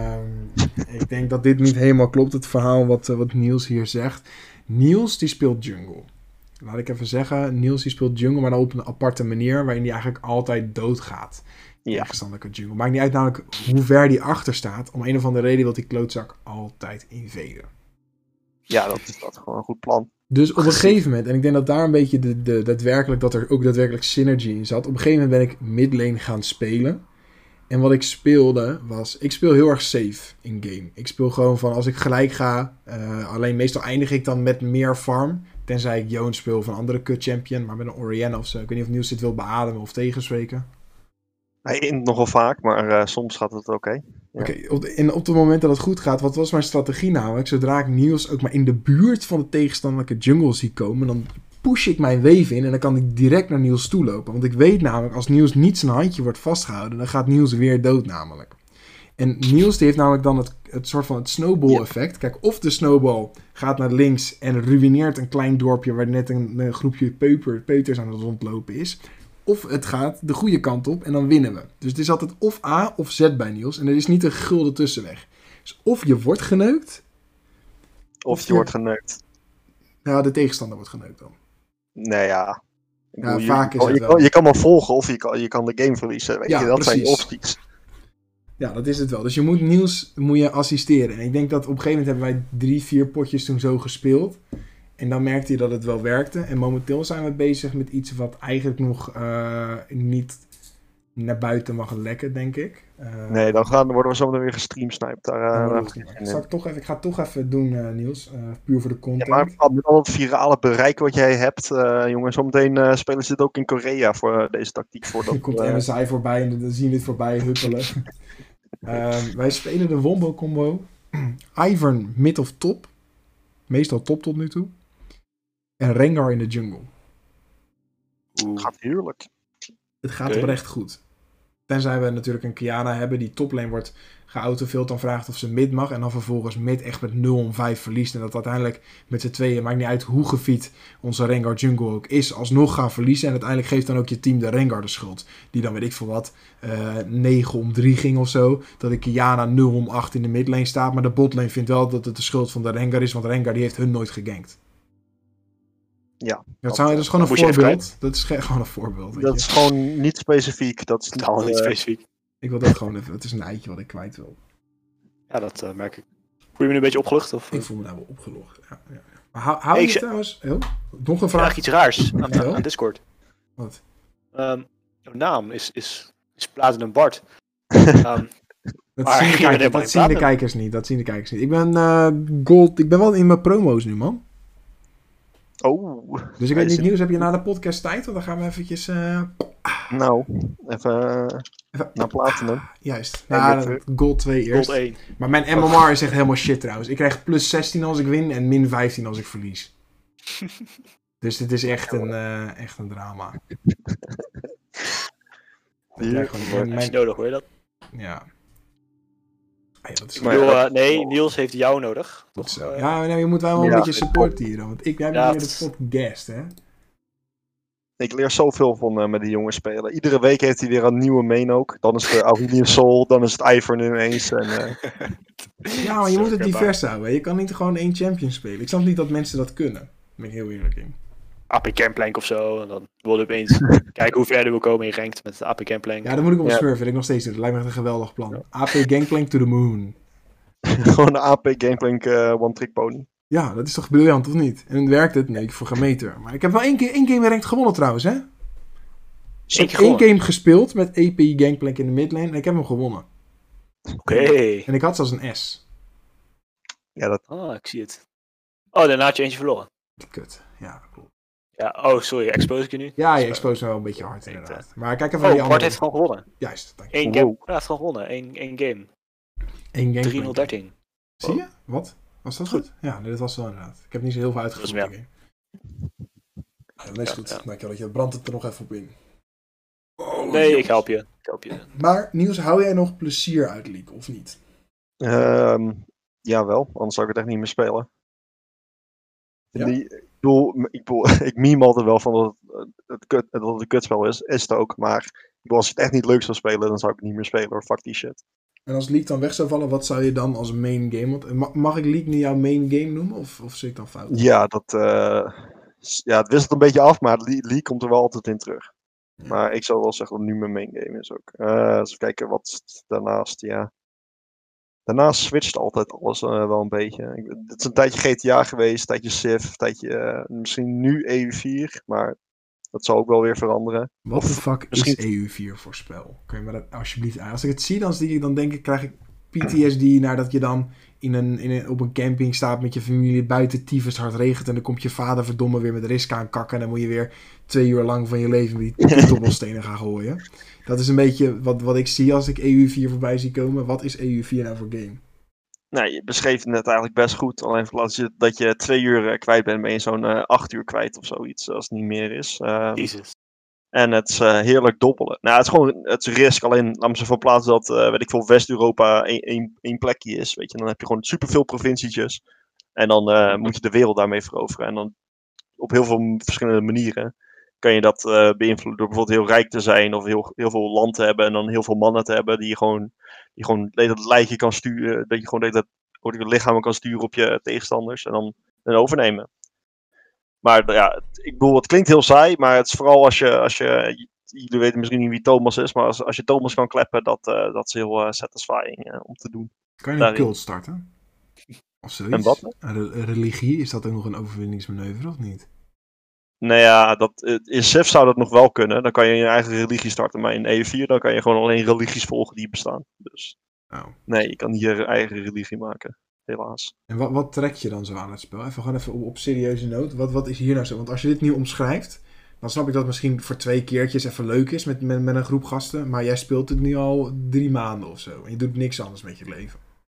Ik denk dat dit niet helemaal klopt, het verhaal wat Niels hier zegt. Niels, die speelt jungle. Laat ik even zeggen, Niels die speelt jungle, maar dan op een aparte manier, waarin hij eigenlijk altijd doodgaat. Tegenstandelijke jungle. Maakt niet uit namelijk hoe ver die achter staat. Om een of andere reden wil die klootzak altijd invaden. Ja, dat is gewoon een goed plan. Dus op een gegeven moment, en ik denk dat daar een beetje dat er ook daadwerkelijk synergy in zat. Op een gegeven moment ben ik midlane gaan spelen. En wat ik speelde was... Ik speel heel erg safe in-game. Ik speel gewoon van als ik gelijk ga... alleen meestal eindig ik dan met meer farm. Tenzij ik Joon speel of een andere kut champion. Maar met een Orianna of zo. Ik weet niet of Niels dit wil beademen of tegenspreken. Hij int nogal vaak, maar soms gaat het oké. Ja. Oké, op het moment dat het goed gaat... Wat was mijn strategie namelijk? Zodra ik Niels ook maar in de buurt van de tegenstandelijke jungle zie komen... Dan push ik mijn wave in en dan kan ik direct naar Niels toe lopen. Want ik weet namelijk, als Niels niet zijn handje wordt vastgehouden, dan gaat Niels weer dood namelijk. En Niels die heeft namelijk dan het soort van het snowball effect. Kijk, of de snowball gaat naar links en ruïneert een klein dorpje waar net een groepje peuters aan het rondlopen is. Of het gaat de goede kant op en dan winnen we. Dus het is altijd of A of Z bij Niels. En er is niet een gulden tussenweg. Dus of je wordt geneukt. Of je wordt geneukt. Ja, de tegenstander wordt geneukt dan. Nee, ja. Vaak is het wel. Je kan maar volgen of je kan de game verliezen. Weet je, dat precies. zijn je opties. Ja, dat is het wel. Dus je moet Niels assisteren. En ik denk dat op een gegeven moment hebben wij 3-4 potjes toen zo gespeeld. En dan merkte hij dat het wel werkte. En momenteel zijn we bezig met iets wat eigenlijk nog niet naar buiten mag lekken, denk ik. Nee, dan worden we zo meteen weer gestreamsniped. Ik ga het toch even doen, Niels. Puur voor de content. Ja, maar met al het virale bereik wat jij hebt, jongens, zometeen spelen ze het ook in Korea voor deze tactiek. Dan komt MSI voorbij en dan zien we het voorbij huppelen. Wij spelen de Wombo combo. Ivern mid of top. Meestal top tot nu toe. En Rengar in de jungle. Het gaat heerlijk. Het gaat oprecht goed. Tenzij we natuurlijk een Kiana hebben die toplane wordt geautofilled, dan vraagt of ze mid mag. En dan vervolgens mid echt met 0-5 verliest. En dat uiteindelijk met z'n tweeën, maakt niet uit hoe gefiet onze Rengar jungle ook is, alsnog gaan verliezen. En uiteindelijk geeft dan ook je team de Rengar de schuld. Die dan, weet ik veel wat, 9-3 ging of zo. Dat de Kiana 0-8 in de midlane staat. Maar de botlane vindt wel dat het de schuld van de Rengar is. Want Rengar die heeft hun nooit gegankt. Ja. Dat is gewoon een voorbeeld. Dat is gewoon een voorbeeld. Dat is gewoon niet specifiek. Dat is totaal niet specifiek. Ik wil dat gewoon even. Het is een eitje wat ik kwijt wil. Ja, dat merk ik. Voel je me nu een beetje opgelucht? Of? Ik voel me nou wel opgelucht. Ja. Maar hou je trouwens... nog een vraag. Iets raars aan Discord. Wat? Jouw naam is Platinum Bart. Dat zien de kijkers niet. Ik ben gold. Ik ben wel in mijn promo's nu, man. Oh. Dus ik weet niet, Nieuws, heb je na de podcast tijd? Want dan gaan we eventjes... Nou, even naar Platinum. Juist. Gold 2 eerst. Gold 1. Maar mijn MMR is echt helemaal shit trouwens. Ik krijg plus 16 als ik win en min 15 als ik verlies. Dus dit is echt een drama. Is nodig, hoor je dat? Ja. Dat is nee, Niels heeft jou nodig. Goed zo. Je moet wel een beetje support hier. Want ik heb hier de fucking guest, hè. Ik leer zoveel van met die jongens spelen. Iedere week heeft hij weer een nieuwe main ook. Dan is het Aurelion Sol, dan is het Ivern ineens. Ja, maar je moet het divers houden. Je kan niet gewoon 1 champion spelen. Ik snap niet dat mensen dat kunnen. Daar ben ik heel eerlijk in. AP Gangplank of zo. En dan wil je opeens kijken hoe ver we komen in ranked met de AP Gangplank. Ja, dan moet ik op smurfen. Wil ik nog steeds doen. Dat lijkt me echt een geweldig plan. Ja. AP Gangplank to the moon. Gewoon de AP Gangplank one trick pony. Ja, dat is toch briljant, of niet? En werkt het? Nee, voor gemeter. Maar ik heb wel één game ranked gewonnen trouwens, hè? Ik heb 1 game gespeeld met AP Gangplank in de midlane en ik heb hem gewonnen. Oké. En ik had zelfs een S. Ja, dat... ik zie het. Oh, daarna had je eentje verloren. Kut. Ja, dat klopt. Ja, sorry, expose ik je nu? Ja, je expose me wel een beetje hard inderdaad. Maar kijk even naar die andere. Bart heeft gewoon gewonnen. Juist, dank je. 1 game. Hij heeft gewoon gewonnen. 1 game. 1 game. 3-0-13. Zie je? Wat? Was dat goed? Ja, nee, dat was wel inderdaad. Ik heb niet zo heel veel uitgezocht. Dat is goed. Ja. Dankjewel dat je brandt het er nog even op in. Nee, ik help je. Maar Niels, hou jij nog plezier uit League of niet? Jawel, anders zou ik het echt niet meer spelen. Ja? Ik meme altijd wel van dat het een kutspel is het ook. Maar als ik het echt niet leuk zou spelen, dan zou ik het niet meer spelen hoor. Fuck die shit. En als League dan weg zou vallen, wat zou je dan als main game... Want, mag ik League nu jouw main game noemen? Of zit ik dan fout? Ja, het wisselt een beetje af, maar League komt er wel altijd in terug. Ja. Maar ik zou wel zeggen dat het nu mijn main game is ook. Even kijken wat daarnaast, ja. Daarnaast switcht altijd alles wel een beetje. Het is een tijdje GTA geweest, een tijdje Civ, een tijdje misschien nu EU4, maar dat zal ook wel weer veranderen. Wat de fuck is EU4 voor spel? Kun je me dat alsjeblieft aan? Als ik het zie, dan denk ik, krijg ik PTSD nadat je dan op een camping staat met je familie, buiten tyfus hard regent en dan komt je vader verdomme weer met Riska aan kakken en dan moet je weer 2 uur lang van je leven met die dobbelstenen gaan gooien. Dat is een beetje wat ik zie als ik EU4 voorbij zie komen. Wat is EU4 nou voor game? Nou, je beschreef het net eigenlijk best goed. Alleen dat je 2 uur kwijt bent, ben je zo'n 8 uur kwijt of zoiets, als het niet meer is. Jezus. En het is heerlijk dobbelen. Nou, het is risk. Alleen, laat me zo van plaatsen dat, weet ik veel, West-Europa één plekje is. Weet je, dan heb je gewoon superveel provincietjes. En dan moet je de wereld daarmee veroveren. En dan op heel veel verschillende manieren kan je dat beïnvloeden door bijvoorbeeld heel rijk te zijn of heel veel land te hebben en dan heel veel mannen te hebben die gewoon het lijstje kan sturen, dat je gewoon de lichamen kan sturen op je tegenstanders en dan overnemen. Maar ja, ik bedoel, het klinkt heel saai, maar het is vooral als je jullie weten misschien niet wie Thomas is, maar als je Thomas kan kleppen, dat is heel satisfying om te doen. Kan je een cult starten? Of zoiets. En wat? Religie, is dat ook nog een overwinningsmanoeuvre of niet? Nou ja, in Civ zou dat nog wel kunnen. Dan kan je je eigen religie starten. Maar in EU4 dan kan je gewoon alleen religies volgen die bestaan. Dus nee, je kan niet je eigen religie maken. Helaas. En wat trek je dan zo aan het spel? Even op serieuze noot. Wat is hier nou zo? Want als je dit nu omschrijft, dan snap ik dat het misschien voor 2 keertjes even leuk is met een groep gasten. Maar jij speelt het nu al 3 maanden of zo. En je doet niks anders met je leven.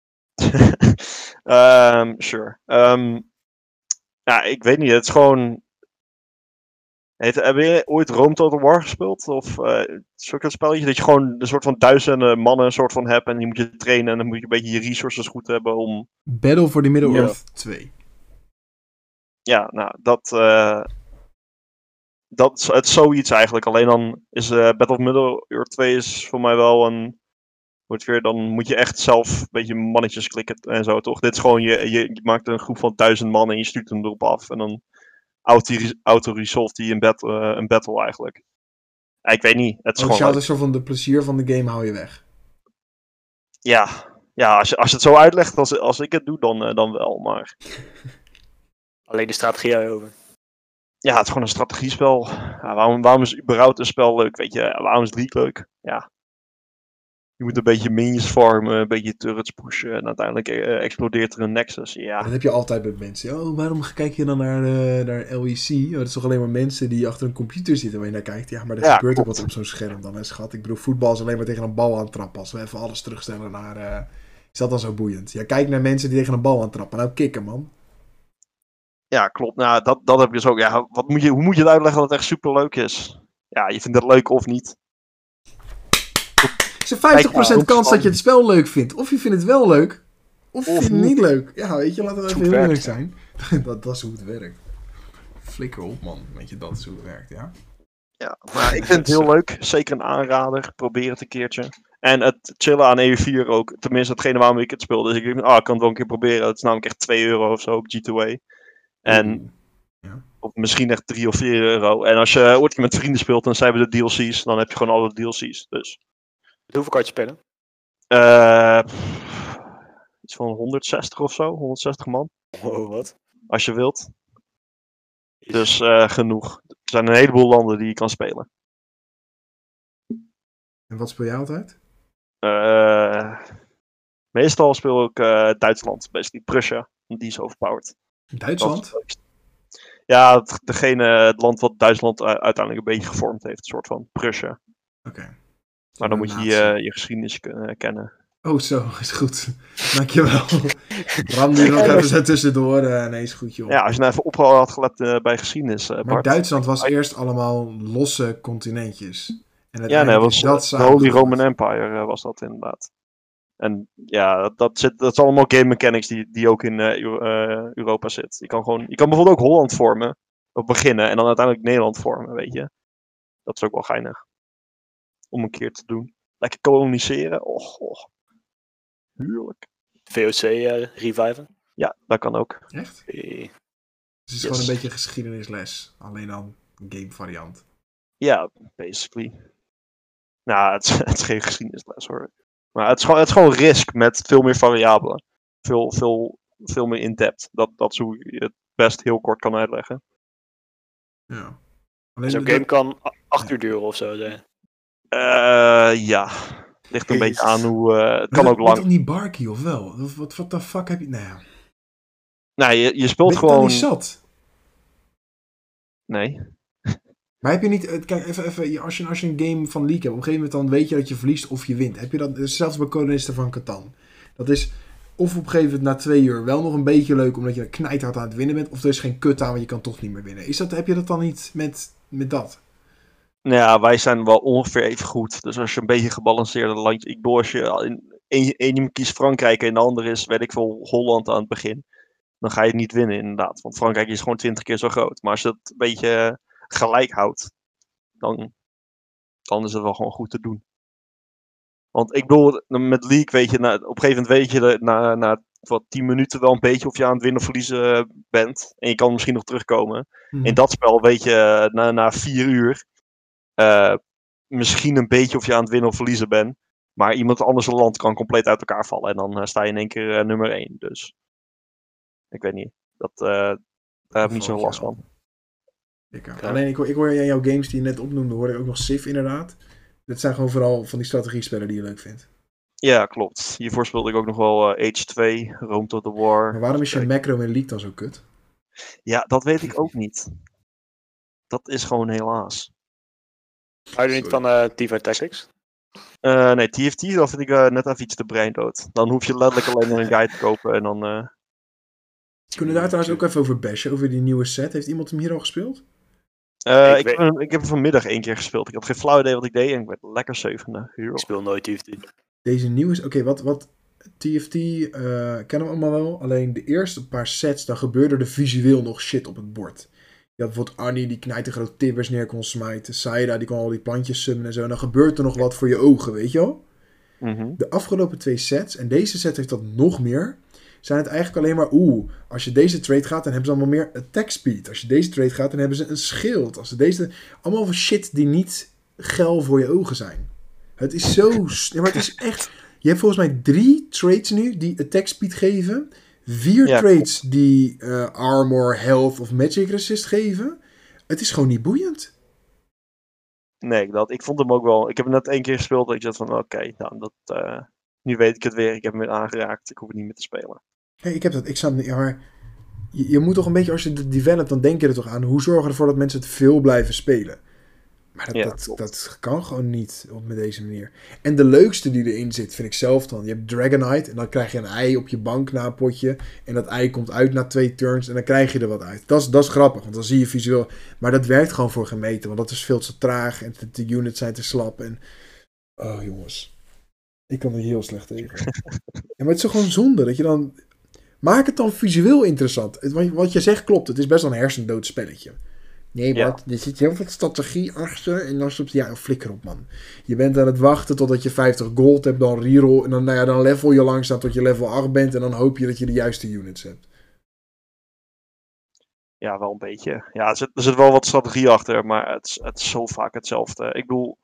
Sure. Ja, ik weet niet. Het is gewoon... Heb je ooit Rome Total War gespeeld? Of zo'n spelletje dat je gewoon een soort van 1000 mannen een soort van hebt en die moet je trainen en dan moet je een beetje je resources goed hebben om... Battle for the Middle-earth 2. Ja, nou, dat is het zoiets eigenlijk. Alleen dan is Battle of Middle-earth 2 is voor mij wel een... Dan moet je echt zelf een beetje mannetjes klikken en zo, toch? Dit is gewoon, je maakt een groep van 1000 man en je stuurt hem erop af en dan... auto-resolve die een battle eigenlijk. Ja, ik weet niet. Het is gewoon een soort van de plezier van de game hou je weg. Ja, als je het zo uitlegt als ik het doe, dan wel, maar... Alleen de strategie hou je over. Ja, het is gewoon een strategiespel. Ja, waarom is überhaupt een spel leuk? Weet je, waarom is League leuk? Ja. Je moet een beetje minions farmen, een beetje turrets pushen en uiteindelijk explodeert er een Nexus. Ja. Dat heb je altijd met mensen. Oh, waarom kijk je dan naar LEC? Dat is toch alleen maar mensen die achter een computer zitten waar je naar kijkt. Ja, maar er gebeurt ook wat op zo'n scherm dan, hè, schat. Ik bedoel, voetbal is alleen maar tegen een bal aan trappen. Als we even alles terugstellen naar... is dat dan zo boeiend? Ja, kijk naar mensen die tegen een bal aan trappen. Nou, kicken, man. Ja, klopt. Nou, dat heb ik dus ook. Ja, hoe moet je het uitleggen dat het echt superleuk is? Ja, je vindt het leuk of niet. Het is een 50% kans dat je het spel leuk vindt. Of je vindt het wel leuk, of je vindt het niet leuk. Ja, weet je, laten we even heel eerlijk zijn. dat is hoe het werkt. Flikker op, man. Weet je, dat is hoe het werkt, ja? Ja, maar ik vind het heel leuk. Zeker een aanrader. Probeer het een keertje. En het chillen aan EU4 ook. Tenminste, hetgene waarom ik het speel. Dus ik denk, ik kan het wel een keer proberen. Het is namelijk echt €2 of zo op G2A. En... Of misschien echt €3 of €4. En als je ooit met vrienden speelt, dan zijn we de DLC's. Dan heb je gewoon alle DLC's. Dus... Hoeveel kan je spelen? Iets van 160 of zo. 160 man. Oh, wat? Als je wilt. Dus genoeg. Er zijn een heleboel landen die je kan spelen. En wat speel jij altijd? Meestal speel ik Duitsland. Basically Prussia. Die is overpowered. Duitsland? Ja, het land wat Duitsland uiteindelijk een beetje gevormd heeft. Een soort van Prussia. Oké. Maar dan moet je je geschiedenis kennen. Oh, zo, is goed. Dankjewel. Ram die nog even zo tussendoor. Nee, is goed, joh. Ja, als je nou even op had gelet bij geschiedenis. Maar Bart. Duitsland was eerst allemaal losse continentjes. En ja, nee, was de Holy Roman Empire was dat inderdaad. En ja, dat is allemaal game mechanics die ook in Europa zit. Je kan bijvoorbeeld ook Holland vormen. Of beginnen en dan uiteindelijk Nederland vormen, weet je. Dat is ook wel geinig. Om een keer te doen. Lekker koloniseren. Och. Huurlijk. VOC reviven? Ja, dat kan ook. Echt? Dus het is gewoon een beetje geschiedenisles. Alleen dan een game variant. Ja, basically. Nou, het is geen geschiedenisles hoor. Maar het is gewoon Risk met veel meer variabelen. Veel meer in-depth. Dat is hoe je het best heel kort kan uitleggen. Ja. Zo'n game kan 8 uur duren of zo. Ja. Ligt een beetje aan hoe... het kan ook lang. Is dat niet Barkie of wel? Wat de fuck heb je... Nou ja. Nee, je speelt gewoon... Ben je dan niet zat? Nee. Maar heb je niet... Kijk, even als je een game van League hebt, op een gegeven moment dan weet je dat je verliest of je wint. Heb je dat... Zelfs bij kolonisten van Catan. Dat is... Of op een gegeven moment na 2 uur wel nog een beetje leuk, omdat je knijthard aan het winnen bent. Of er is geen kut aan, want je kan toch niet meer winnen. Heb je dat dan niet met dat? Nou ja, wij zijn wel ongeveer even goed. Dus als je een beetje gebalanceerde landje... Ik bedoel, als je één kiest Frankrijk en de andere is, weet ik veel, Holland aan het begin. Dan ga je het niet winnen inderdaad. Want Frankrijk is gewoon 20 keer zo groot. Maar als je het een beetje gelijk houdt, dan is het wel gewoon goed te doen. Want ik bedoel, met League weet je, op een gegeven moment weet je na 10 minuten wel een beetje of je aan het winnen of verliezen bent. En je kan misschien nog terugkomen. In dat spel weet je na 4 uur misschien een beetje of je aan het winnen of verliezen bent. Maar iemand anders land kan compleet uit elkaar vallen. En dan sta je in één keer nummer 1. Dus Ik weet niet. Daar heb ik niet zo'n last van. Alleen ik hoor in jouw games die je net opnoemde, hoor ik ook nog Civ inderdaad. Dat zijn gewoon vooral van die strategiespellen die je leuk vindt. Ja, klopt. Hiervoor speelde ik ook nog wel Age 2, Rome to the War. Maar waarom is je macro in League dan zo kut? Ja, dat weet ik ook niet. Dat is gewoon helaas. Hou je niet van Teamfight Tactics? Nee, TFT, dat vind ik net even iets te breindood. Dan hoef je letterlijk alleen maar een guide te kopen en dan... Kunnen we daar trouwens ook even over bashen, over die nieuwe set? Heeft iemand hem hier al gespeeld? Ik heb hem vanmiddag 1 keer gespeeld. Ik had geen flauw idee wat ik deed en ik werd lekker 7e. Ik speel nooit TFT. Deze nieuwe... Oké, wat TFT kennen we allemaal wel. Alleen de eerste paar sets, dan gebeurde er visueel nog shit op het bord. Je had bijvoorbeeld Annie die knijtergroot tibbers neer kon smijten. Saida die kon al die plantjes summen en zo. En dan gebeurt er nog wat voor je ogen, weet je wel? Mm-hmm. De afgelopen 2 sets, en deze set heeft dat nog meer, zijn het eigenlijk alleen maar, als je deze trade gaat, dan hebben ze allemaal meer attack speed. Als je deze trade gaat, dan hebben ze een schild. Als ze deze, allemaal van shit die niet geil voor je ogen zijn. Het is zo... Ja, maar het is echt... Je hebt volgens mij 3 trades nu die attack speed geven. 4 trades die armor, health of magic resist geven. Het is gewoon niet boeiend. Nee, ik vond hem ook wel... Ik heb hem net 1 keer gespeeld en ik dacht van, oké, nou, nu weet ik het weer. Ik heb hem weer aangeraakt. Ik hoef het niet meer te spelen. Hey, ik heb dat. Ik snap niet. Ja, maar je moet toch een beetje, als je het developt, dan denk je er toch aan. Hoe zorgen we ervoor dat mensen het veel blijven spelen? Maar dat kan gewoon niet met deze manier. En de leukste die erin zit, vind ik zelf dan. Je hebt Dragonite en dan krijg je een ei op je bank na een potje. En dat ei komt uit na 2 turns en dan krijg je er wat uit. Dat is grappig, want dan zie je visueel. Maar dat werkt gewoon voor gemeten, want dat is veel te traag en de units zijn te slap. En... Oh jongens, ik kan er heel slecht tegen. Ja, maar het is toch gewoon zonde dat je dan... Maak het dan visueel interessant. Wat je zegt klopt, het is best wel een hersendood spelletje. Nee, Bart, er zit heel veel strategie achter en dan soms... Ja, flikker op, man. Je bent aan het wachten totdat je 50 gold hebt, dan reroll... En dan level je langzaam tot je level 8 bent... en dan hoop je dat je de juiste units hebt. Ja, wel een beetje. Ja, er zit wel wat strategie achter, maar het is zo vaak hetzelfde. Ik bedoel...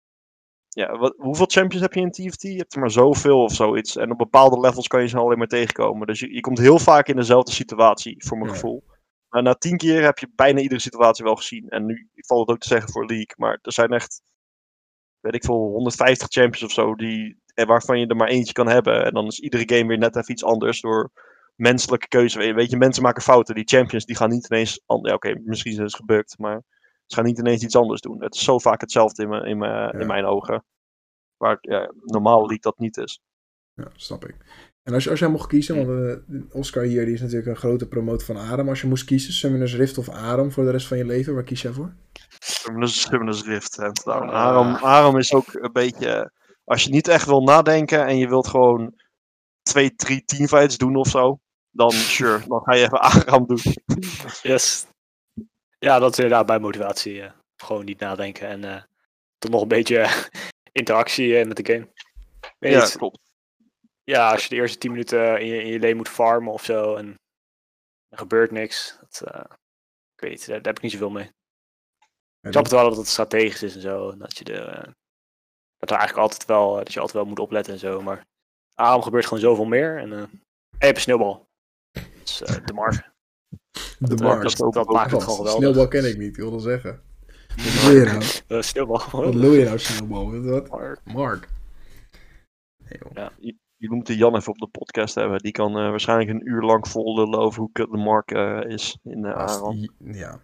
Ja, hoeveel champions heb je in TFT? Je hebt er maar zoveel of zoiets. En op bepaalde levels kan je ze alleen maar tegenkomen. Dus je komt heel vaak in dezelfde situatie, voor mijn gevoel. Maar na 10 keer heb je bijna iedere situatie wel gezien. En nu valt het ook te zeggen voor League. Maar er zijn echt, weet ik veel, 150 champions of zo. Waarvan je er maar eentje kan hebben. En dan is iedere game weer net even iets anders door menselijke keuze. Weet je, mensen maken fouten. Die champions die gaan niet ineens... misschien is het gebukt, maar... Ze gaan niet ineens iets anders doen. Het is zo vaak hetzelfde in mijn ogen. Waar normaal League dat niet is. Ja, snap ik. En als jij mocht kiezen, want Oscar hier die is natuurlijk een grote promoot van Aram. Als je moest kiezen, Summoners Rift of Aram voor de rest van je leven, waar kies jij voor? Summoners Rift. Aram is ook een beetje... Als je niet echt wil nadenken en je wilt gewoon 2, 3 teamfights doen of zo, dan sure, dan ga je even Aram doen. Yes. Ja, dat is inderdaad bij motivatie. Gewoon niet nadenken en toch nog een beetje interactie met de game. Ja, klopt. Ja, als je de eerste 10 minuten in je lane moet farmen of zo en er gebeurt niks. Ik weet niet, daar heb ik niet zoveel mee. Ik snap het wel dat het strategisch is en zo. En dat je eigenlijk altijd wel moet opletten en zo. Maar Aram gebeurt gewoon zoveel meer. En je hebt een sneeuwbal. Dus de Mark. Dat maakt het gewoon geweldig. Sneeuwbal ken ik niet, ik wilde zeggen. Wat doe je nou? Sneeuwbal. Wat doe je nou, sneeuwbal? Wat? Mark. Nee, ja, je moet de Jan even op de podcast hebben. Die kan waarschijnlijk een uur lang vol lullen over hoe kut de Mark is in Aram. Ja.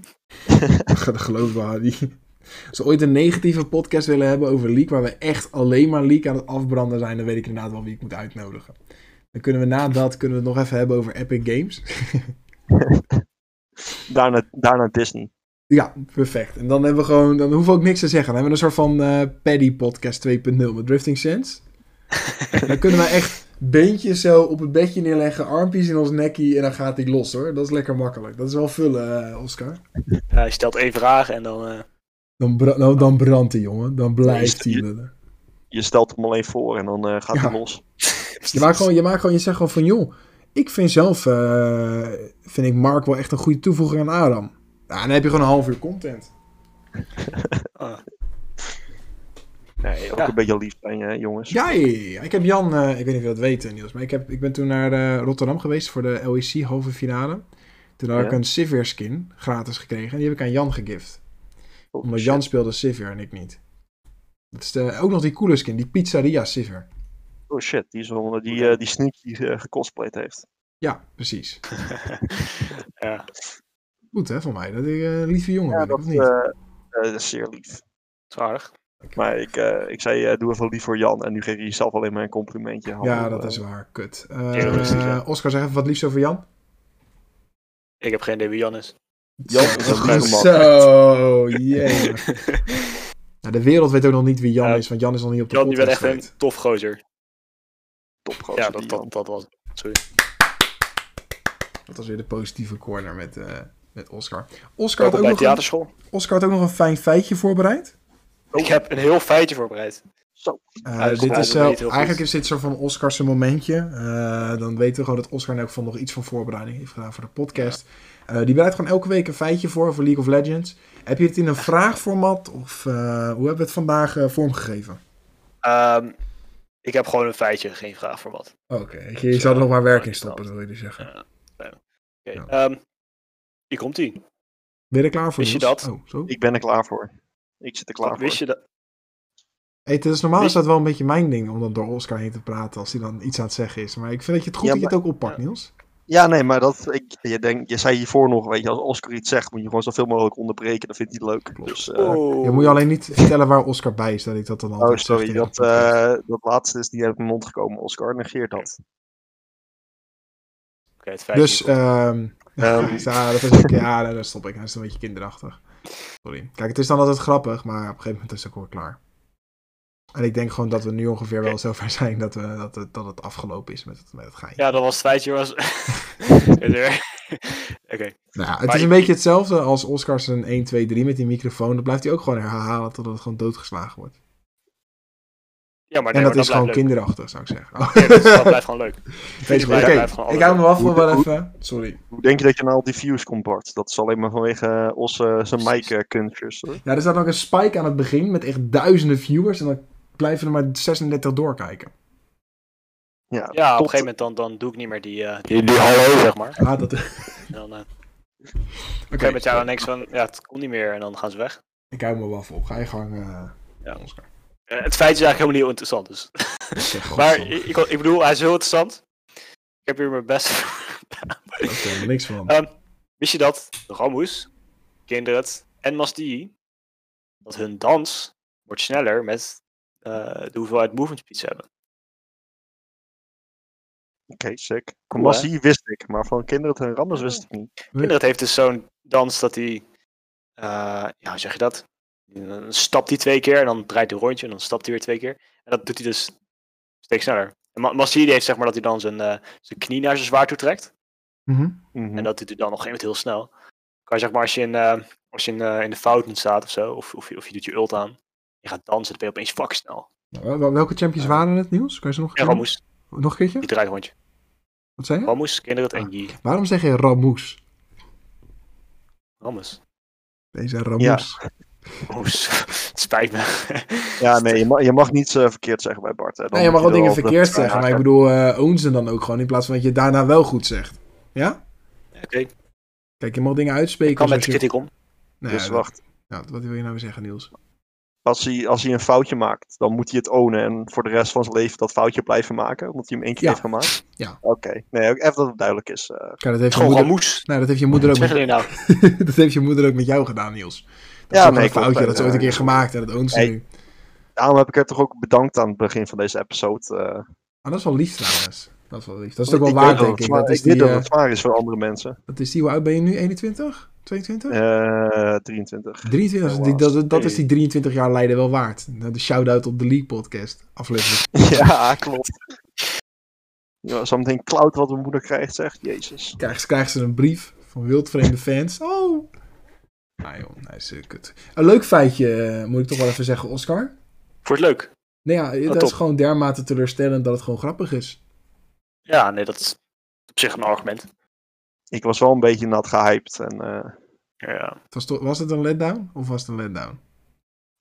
Dat geloof me. Als we ooit een negatieve podcast willen hebben over League, waar we echt alleen maar League aan het afbranden zijn, dan weet ik inderdaad wel wie ik moet uitnodigen. Dan kunnen we het nog even hebben over Epic Games. Daarna Disney. Ja, perfect. En dan hebben we gewoon, dan hoeven we ook niks te zeggen. Dan hebben we een soort van Paddy podcast 2.0 met Drifting Sense. Dan kunnen we echt beentjes zo op het bedje neerleggen, armpjes in ons nekkie en dan gaat hij los hoor. Dat is lekker makkelijk. Dat is wel vullen, Oscar. Ja, je stelt 1 vraag en dan... Dan brandt hij, jongen. Dan blijft hij lullen. Je stelt hem alleen voor en dan gaat hij los. Je zegt gewoon van, joh, ik vind zelf, vind ik Mark wel echt een goede toevoeging aan Aram. Ja, dan heb je gewoon een half uur content. Nee, ook een beetje lief zijn, jongens. Ja, ik heb Jan, ik weet niet of je dat weet, Niels, maar ik ben toen naar Rotterdam geweest voor de LEC halve finale. Toen had ik een Sivir skin gratis gekregen en die heb ik aan Jan gegift. Omdat Jan speelde Sivir en ik niet. Dat is ook nog die coole skin, die Pizzeria Sivir. Oh shit, die Sneak die gecosplayed heeft. Ja, precies. Ja. Goed hè, van mij. Dat ik lieve jongen ben, dat of niet? Dat is zeer lief. Zwaardig. Maar ik zei, doe even lief voor Jan. En nu geef je jezelf alleen maar een complimentje. Ja, dat is waar. Kut. rustig, Oscar, zeg even wat liefs over Jan. Ik heb geen idee wie Jan is. Jan is een lieve man. Zo, jee. Nou, de wereld weet ook nog niet wie Jan is, want Jan is nog niet op de Jan die werd podcast echt een tof gozer. Topgozer. Ja, dat was. Sorry. Dat was weer de positieve corner met Oscar. Oscar had, bij theaterschool. Oscar had ook nog een fijn feitje voorbereid. Ik heb een heel feitje voorbereid. Zo. Eigenlijk is dit zo van Oscar's momentje. Dan weten we gewoon dat Oscar in elk geval nog iets van voorbereiding heeft gedaan voor de podcast. Die bereidt gewoon elke week een feitje voor League of Legends. Heb je het in een vraagformat of hoe hebben we het vandaag vormgegeven? Ik heb gewoon een feitje, geen vraag voor wat. Oké, je zou er nog maar werk in stoppen, dat wil je zeggen. Hier komt-ie. Ben je er klaar voor? Wist je dat? Oh, zo. Ik ben er klaar voor. Ik zit er klaar voor. Wist je dat? Hey, het is normaal is dat wel een beetje mijn ding om dan door Oscar heen te praten als hij dan iets aan het zeggen is. Maar ik vind dat je het goed dat je het ook oppakt, Niels. Ja, nee, maar je zei hiervoor nog, weet je, als Oscar iets zegt, moet je gewoon zoveel mogelijk onderbreken. Dat vindt hij leuk. Dus, Je moet je alleen niet vertellen waar Oscar bij is, dat ik dat dan altijd sorry, dat laatste is niet uit mijn mond gekomen, Oscar. Negeert dat. Oké, het feitje. Dus, dat is ook, ja, daar stop ik. Hij is een beetje kinderachtig. Sorry. Kijk, het is dan altijd grappig, maar op een gegeven moment is het ook wel klaar. En ik denk gewoon dat we nu ongeveer wel zover zijn dat het afgelopen is met het geintje. Ja, dat was het feitje. Oké. Nou, het is een beetje hetzelfde als Oscars een 1, 2, 3 met die microfoon. Dan blijft hij ook gewoon herhalen totdat het gewoon doodgeslagen wordt. Ja, maar en dat is gewoon leuk. kinderachtig, zou ik zeggen. Dat blijft gewoon leuk. Ik hou me af voor wel even. Sorry. Hoe denk je dat je nou al die views komt, Bart? Dat is alleen maar vanwege zijn mic-kunstjes, hoor. Ja, er staat nog een spike aan het begin met echt duizenden viewers. En dan blijven er maar 36 doorkijken. Ja, op een gegeven moment dan doe ik niet meer die hallo, zeg maar. Ah, dat... En dan, Oké, met jou dan denk je van, ja, het komt niet meer en dan gaan ze weg. Ik hou me wel op. Ga je gang, Oscar. Het feit is eigenlijk helemaal niet interessant, dus. Maar ik bedoel, hij is heel interessant. Ik heb hier mijn best Daar is er niks van. Wist je dat de Rammus, Kindred en Masti, dat hun dans wordt sneller met de hoeveelheid movement speeds hebben? Oké, sick. Cool, Masti wist ik, maar van Kindred en Rammus wist ik niet. Kindred heeft dus zo'n dans dat hij, hoe zeg je dat? Dan stapt hij 2 keer en dan draait hij een rondje en dan stapt hij weer 2 keer. En dat doet hij dus steeds sneller. En Masti heeft zeg maar dat hij dan zijn knie naar zijn zwaard toe trekt. En dat doet hij dan op een gegeven moment heel snel. Kan je zeg maar als je in de fouten staat of zo, of je doet je ult aan, je gaat dansen, dan ben je opeens fucking snel. Welke champions waren het, Niels? Kan je ze nog Rammus. Nog een keertje? Die draait een rondje. Wat zei je? Rammus, Kindred en Yi. Waarom zeg je Rammus? Rammus. Deze Rammus. Ja. Het spijt me. Ja, nee, je mag niets verkeerd zeggen bij Bart. Hè. Nee, je mag wel dingen verkeerd zeggen, maar ik bedoel, own ze dan ook gewoon in plaats van dat je daarna wel goed zegt. Ja? Oké. Kijk, je mag dingen uitspreken. Ik kan met kritiek om. Nee, dus wacht. Nou, wat wil je nou weer zeggen, Niels? Als hij een foutje maakt, dan moet hij het ownen en voor de rest van zijn leven dat foutje blijven maken, omdat hij hem 1 keer heeft gemaakt? Ja. Oké. Nee, ook even dat het duidelijk is. Kijk, dat heeft je moeder... Nee, dat heeft je moeder ook dat heeft je moeder ook met jou gedaan, Niels. Dat is een foutje, dat ze ooit een keer gemaakt en dat ownt ze nu. Daarom heb ik haar toch ook bedankt aan het begin van deze episode. Dat is wel lief trouwens. Dat is wel lief. Dat is ook wel waar, denk ik. Dat is weet dat het zwaar is voor andere mensen. Dat is die, hoe oud ben je nu? 21? 22? 23. 23, dat is die 23 jaar Leiden wel waard. De shout-out op de League podcast aflevering. Ja, klopt. Ja, zometeen cloud wat mijn moeder krijgt, zegt Jezus. Krijgt ze een brief van wildvreemde fans. Oh! Nou joh, nee, is kut. Een leuk feitje, moet ik toch wel even zeggen, Oscar. Voor het leuk? Nee, ja, dat is gewoon dermate teleurstellend dat het gewoon grappig is. Ja, nee, dat is op zich een argument. Ik was wel een beetje nat gehyped. En, ja. Was het een letdown of was het een letdown?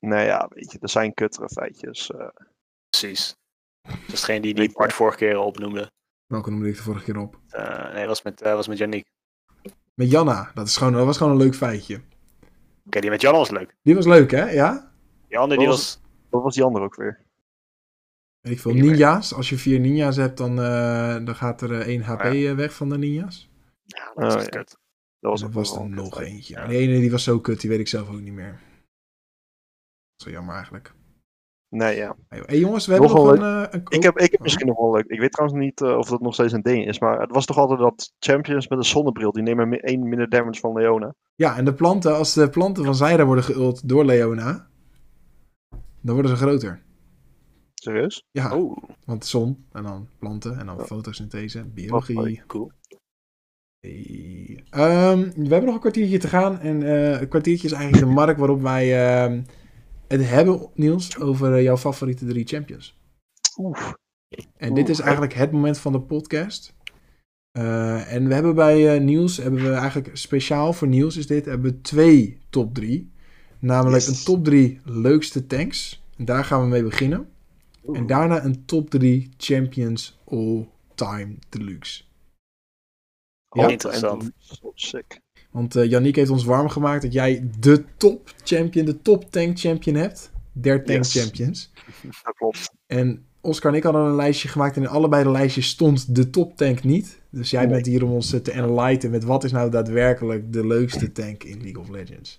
Nou ja, weet je, er zijn kuttere feitjes. Precies. Dat is degene die Bart vorige keer opnoemde. Welke noemde ik de vorige keer op? Nee, dat was met Yannick. Met Janna. Dat was gewoon een leuk feitje. Oké, die met Janne was leuk. Die was leuk, hè? Ja? Die andere, die was... Wat was die andere ook weer? Weet ik veel. Ninja's. Als je 4 ninja's hebt, dan gaat er 1 HP weg van de ninja's. Ja, dat is echt kut. Dat was er nog kut. eentje. Ja. Die ene die was zo kut, die weet ik zelf ook niet meer. Zo jammer eigenlijk. Nee, ja. Hey jongens, we hebben nog een... Ik heb misschien nog wel leuk. Ik weet trouwens niet of dat nog steeds een ding is, maar het was toch altijd dat champions met een zonnebril, die nemen 1 minder damage van Leona. Ja, en de planten, als de planten van Zyra worden geult door Leona, dan worden ze groter. Serieus? Ja, want zon, en dan planten, en dan fotosynthese, biologie. Cool. Hey. We hebben nog een kwartiertje te gaan. En een kwartiertje is eigenlijk de markt waarop wij het hebben, Niels, over jouw favoriete 3 champions. En dit is eigenlijk het moment van de podcast. En we hebben bij Niels, eigenlijk speciaal voor Niels hebben we 2 top 3. Namelijk een top 3 leukste tanks. En daar gaan we mee beginnen. En daarna een top 3 champions all time deluxe. Ja, interessant. Sick. Want Yannick heeft ons warm gemaakt dat jij de top champion, de top tank champion hebt. Der tank champions. Dat klopt. En Oscar en ik hadden een lijstje gemaakt en in allebei de lijstjes stond de top tank niet. Dus jij bent hier om ons te enlighten met wat is nou daadwerkelijk de leukste tank in League of Legends.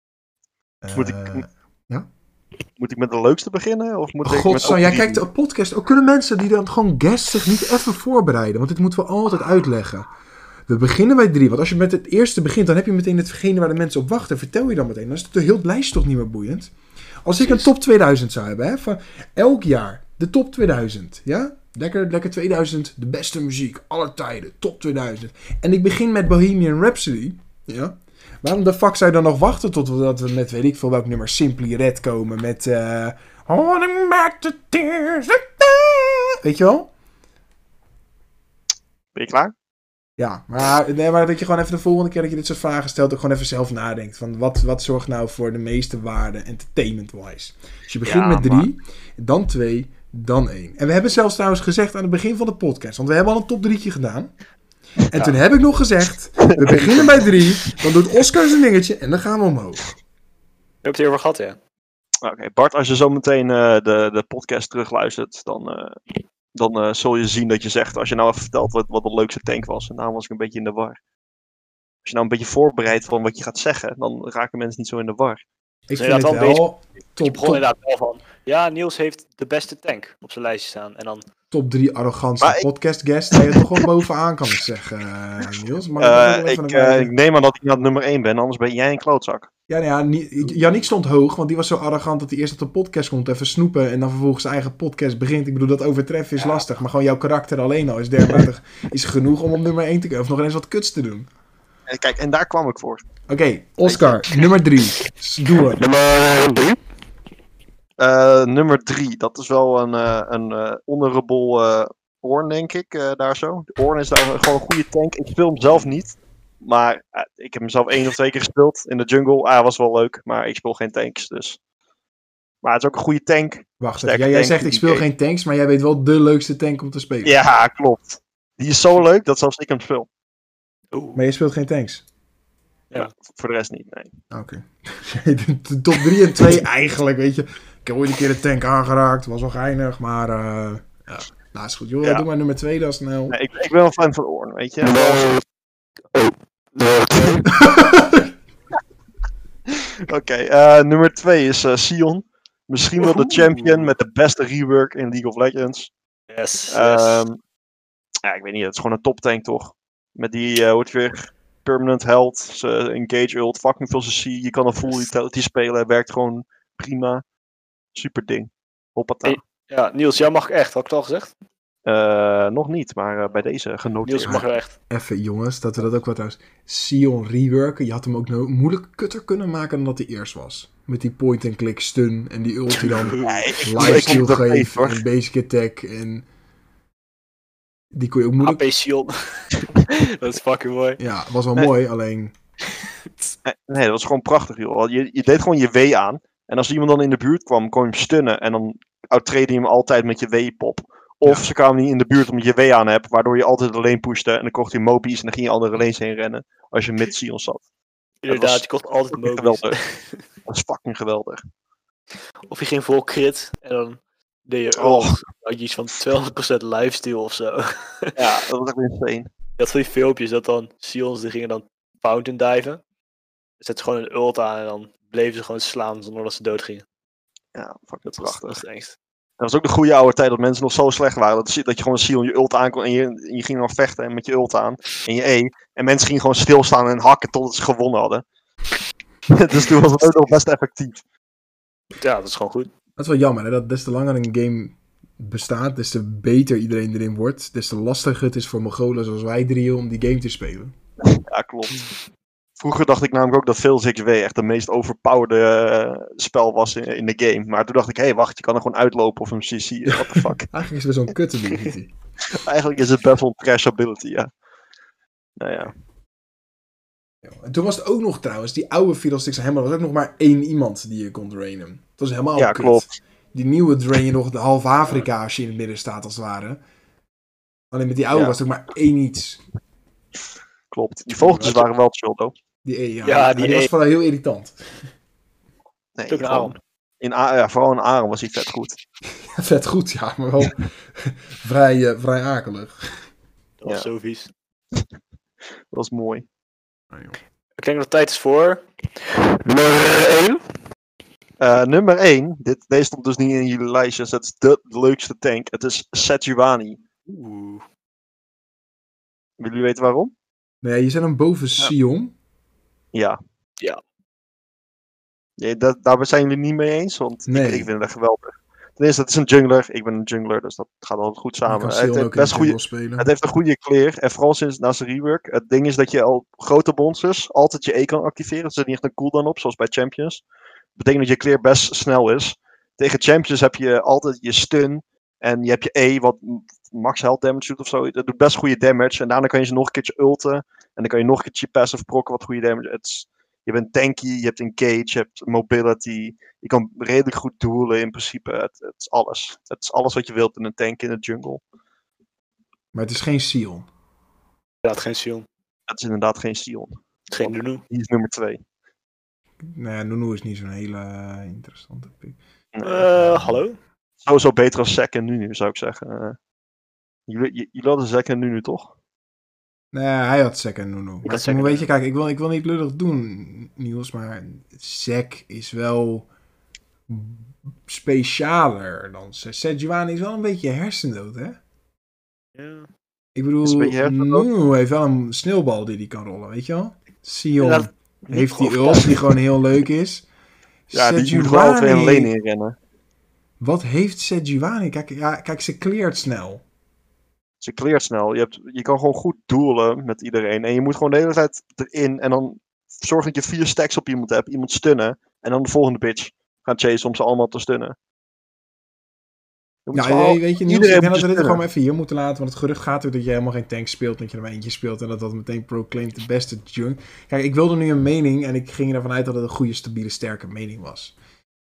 Moet ik met de leukste beginnen? Of moet jij kijkt de podcast. Ook kunnen mensen die dan gewoon guest zich niet even voorbereiden? Want dit moeten we altijd uitleggen. We beginnen bij 3. Want als je met het eerste begint, dan heb je meteen hetgene waar de mensen op wachten. Vertel je dan meteen. Dan is het heel het lijstje toch niet meer boeiend. Als ik een top 2000 zou hebben, hè, van elk jaar de top 2000, ja? Lekker 2000, de beste muziek, aller tijden, top 2000. En ik begin met Bohemian Rhapsody, ja? Waarom de fuck zou je dan nog wachten totdat we met, weet ik veel welk nummer, Simply Red komen met Holding Back the Tears. Weet je wel? Ben je klaar? Ja, maar dat je gewoon even de volgende keer dat je dit soort vragen stelt, ook gewoon even zelf nadenkt. Van wat zorgt nou voor de meeste waarde entertainment-wise? Dus je begint met 3, dan 2, dan 1. En we hebben zelfs trouwens gezegd aan het begin van de podcast, want we hebben al een top 3'tje gedaan. En toen heb ik nog gezegd, we beginnen bij 3, dan doet Oscar zijn dingetje en dan gaan we omhoog. Je hebt het hierover gehad, ja. Oké, Bart, als je zo meteen de podcast terugluistert, dan zul je zien dat je zegt, als je nou even vertelt wat de leukste tank was. En daarom was ik een beetje in de war. Als je nou een beetje voorbereidt van wat je gaat zeggen, dan raken mensen niet zo in de war. Ik vind het wel top. Je begon inderdaad wel van, ja, Niels heeft de beste tank op zijn lijstje staan. En dan... Top 3 arrogantste podcast guest die je toch gewoon bovenaan kan zeggen, Niels. Ik neem aan dat ik naar nummer 1 ben, anders ben jij een klootzak. Ja, Yannick stond hoog, want die was zo arrogant dat hij eerst op de podcast komt even snoepen en dan vervolgens zijn eigen podcast begint. Ik bedoel, dat overtreffen is lastig, maar gewoon jouw karakter alleen al is dermate is genoeg om op nummer 1 te komen. Of nog eens wat kuts te doen. Kijk, en daar kwam ik voor. Oké, Oscar, nummer 3. Doe het. Nummer 3, dat is wel een honorable Ornn, denk ik, daar zo. De Ornn is daar gewoon een goede tank. Ik speel hem zelf niet. Maar ik heb hem zelf 1 of 2 keer gespeeld in de jungle. Was wel leuk, maar ik speel geen tanks, dus. Maar het is ook een goede tank. Wacht even, jij zegt ik speel geen tanks, maar jij weet wel de leukste tank om te spelen. Ja, klopt. Die is zo leuk dat zelfs ik hem speel. Maar je speelt geen tanks? Ja, voor de rest niet, nee. Oké. De top 3 en 2 eigenlijk, weet je. Ik heb ooit een keer de tank aangeraakt, was wel geinig, maar ja. Nou, is goed. Joh, doe maar nummer 2 dan snel. Nee, ik ben wel fan van Ornn, weet je. Oké, nummer 2 is Sion. Misschien wel de champion met de beste rework in League of Legends. Yes. Ja, ik weet niet, het is gewoon een top tank toch? Met die, hoe het weer, permanent health, engage ult, fucking veel CC. Je kan een full utility spelen, werkt gewoon prima. Super ding. Hoppata. Ja, Niels, jou mag echt, had ik het al gezegd? Nog niet, maar bij deze genoteerd. Niels mag er echt. Even jongens, dat we dat ook wat trouwens. Sion reworken, je had hem ook moeilijk kutter kunnen maken dan dat hij eerst was. Met die point-and-click stun en die ult die dan lifesteal geeft en basic attack en... Die kon je ook moeilijk... AP Sion. Dat is fucking mooi. Ja, was wel mooi, alleen... Nee, dat was gewoon prachtig joh. Je deed gewoon je W aan. En als iemand dan in de buurt kwam, kon je hem stunnen. En dan outtrade je hem altijd met je W-pop. Of ze kwamen niet in de buurt omdat je W aan hebt. Waardoor je altijd de lane pushte. En dan kocht je Mobies en dan ging je andere lanes heen rennen. Als je mid Sion zat. Inderdaad, je kocht altijd Mobies. Geweldig. Dat is fucking geweldig. Of je ging vol crit en dan deed je ult. Had je iets van 200% lifesteal of zo. Ja, dat was echt insane. Je had van die filmpjes dat dan Sions die gingen dan fountain diven. Zet ze gewoon een ult aan en dan bleven ze gewoon slaan zonder dat ze dood gingen. Ja, fucking Dat prachtig. was het engst. Dat was ook de goede oude tijd dat mensen nog zo slecht waren. Dat je gewoon een Sion je ult aankon en je ging nog vechten met je ult aan. En je E. En mensen gingen gewoon stilstaan en hakken totdat ze gewonnen hadden. Dus toen was het ook nog best effectief. Ja, dat is gewoon goed. Dat is wel jammer, hè? Dat des te langer een game bestaat, des te beter iedereen erin wordt. Des te lastiger het is voor Mongolen zoals wij drieën om die game te spelen. Ja, klopt. Vroeger dacht ik namelijk ook dat Phil 6W echt de meest overpowered spel was in de game. Maar toen dacht ik, hé, wacht, je kan er gewoon uitlopen of een CC. What the fuck. Eigenlijk is het zo'n kut ability. Eigenlijk is het best wel een trash ability, ja. Nou ja. En toen was het ook nog trouwens, die oude Fiddlesticks Hammer, was ook nog maar 1 iemand die je kon drainen. Dat was helemaal kut. Klopt. Die nieuwe drain je nog de half Afrika als je in het midden staat als het ware. Alleen met die oude was het ook maar 1 iets. Klopt. Die vogeltjes waren wel chill, though. Die was vooral heel irritant. Nee, ook een Aron. Vooral in Aron was hij vet goed. Vet goed, ja, maar wel vrij akelig. Dat was zo vies. Dat was mooi. Ik denk dat het tijd is voor... nummer 1. Nummer 1. Deze stond dus niet in jullie lijstjes. Het is de leukste tank. Het is Sejuani. Oeh. Willen jullie weten waarom? Nee, je zet hem boven Sion. Ja. Ja. Daar zijn jullie niet mee eens, want Nee. ik vind het echt geweldig. Ten eerste, het is een jungler. Ik ben een jungler, dus dat gaat altijd goed samen. Het heeft een goede clear. En vooral sinds na zijn rework. Het ding is dat je al grote monsters altijd je E kan activeren. Er zit niet echt een cooldown op, zoals bij Champions. Dat betekent dat je clear best snel is. Tegen Champions heb je altijd je stun. En je hebt je E, wat max health damage doet of zo. Dat doet best goede damage. En daarna kan je ze nog een keertje ulten. En dan kan je nog een keertje passive prokken wat goede damage. Je bent tanky, je hebt engage, je hebt mobility. Je kan redelijk goed doelen in principe. Het is alles. Het is alles wat je wilt in een tank in de jungle. Maar het is geen Sion. Inderdaad geen Sion. Het is inderdaad geen Sion. Het is geen Nunu. Die is nummer 2. Nou ja, Nunu is niet zo'n hele interessante pick. Hallo? Sowieso beter als Zack en Nunu, zou ik zeggen. Jullie hadden Zack en Nunu, toch? Nee, hij had Zack en Nunu. Maar weet je, kijk, ik wil niet lullig doen, Niels, maar Zack is wel specialer dan Sejuani is wel een beetje hersendood, hè? Ja. Ik bedoel, Nunu heeft wel een sneeuwbal die hij kan rollen, weet je wel? Sion heeft die ult die gewoon heel leuk is. Ja, die moet gewoon altijd een lane inrennen. Wat heeft Sejuani? Kijk, ze cleart snel. Ze cleart snel. Je kan gewoon goed doelen met iedereen. En je moet gewoon de hele tijd erin. En dan zorg dat je 4 stacks op iemand hebt. Iemand stunnen. En dan de volgende bitch gaan chasen om ze allemaal te stunnen. Ja, weet je, Niels, ik denk dat we dit gewoon even hier moeten laten. Want het gerucht gaat er dat je helemaal geen tank speelt. Dat je er maar eentje speelt. En dat meteen proclaimt de beste junk. Kijk, ik wilde nu een mening. En ik ging ervan uit dat het een goede, stabiele, sterke mening was.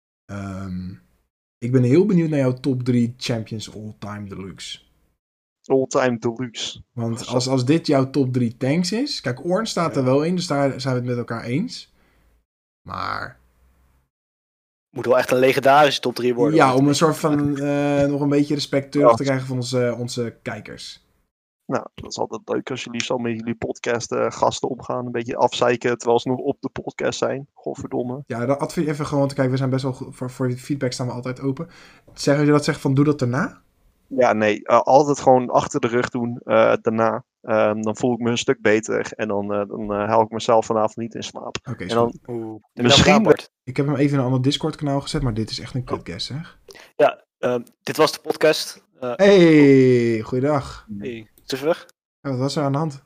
Ik ben heel benieuwd naar jouw top 3 champions all-time deluxe. All-time deluxe. Want als dit jouw top 3 tanks is... Kijk, Ornn staat er wel in, dus daar zijn we het met elkaar eens. Maar... Moet wel echt een legendarische top 3 worden. Ja, om een soort van nog een beetje respect terug te krijgen van onze kijkers. Nou, dat is altijd leuk als jullie zo met jullie podcast gasten omgaan. Een beetje afzeiken terwijl ze nog op de podcast zijn. Godverdomme. Ja, dat advies even gewoon te kijken. We zijn best wel goed, voor feedback staan we altijd open. Zeggen je dat zegt van doe dat daarna? Ja, nee. Altijd gewoon achter de rug doen daarna. Dan voel ik me een stuk beter. En dan haal ik mezelf vanavond niet in slaap. Oké, en dan misschien... Ik heb hem even in een ander Discord kanaal gezet, maar dit is echt een kutguess, zeg. Ja, dit was de podcast. Hey, goeiedag. Hey, is het weg? Wat was er aan de hand?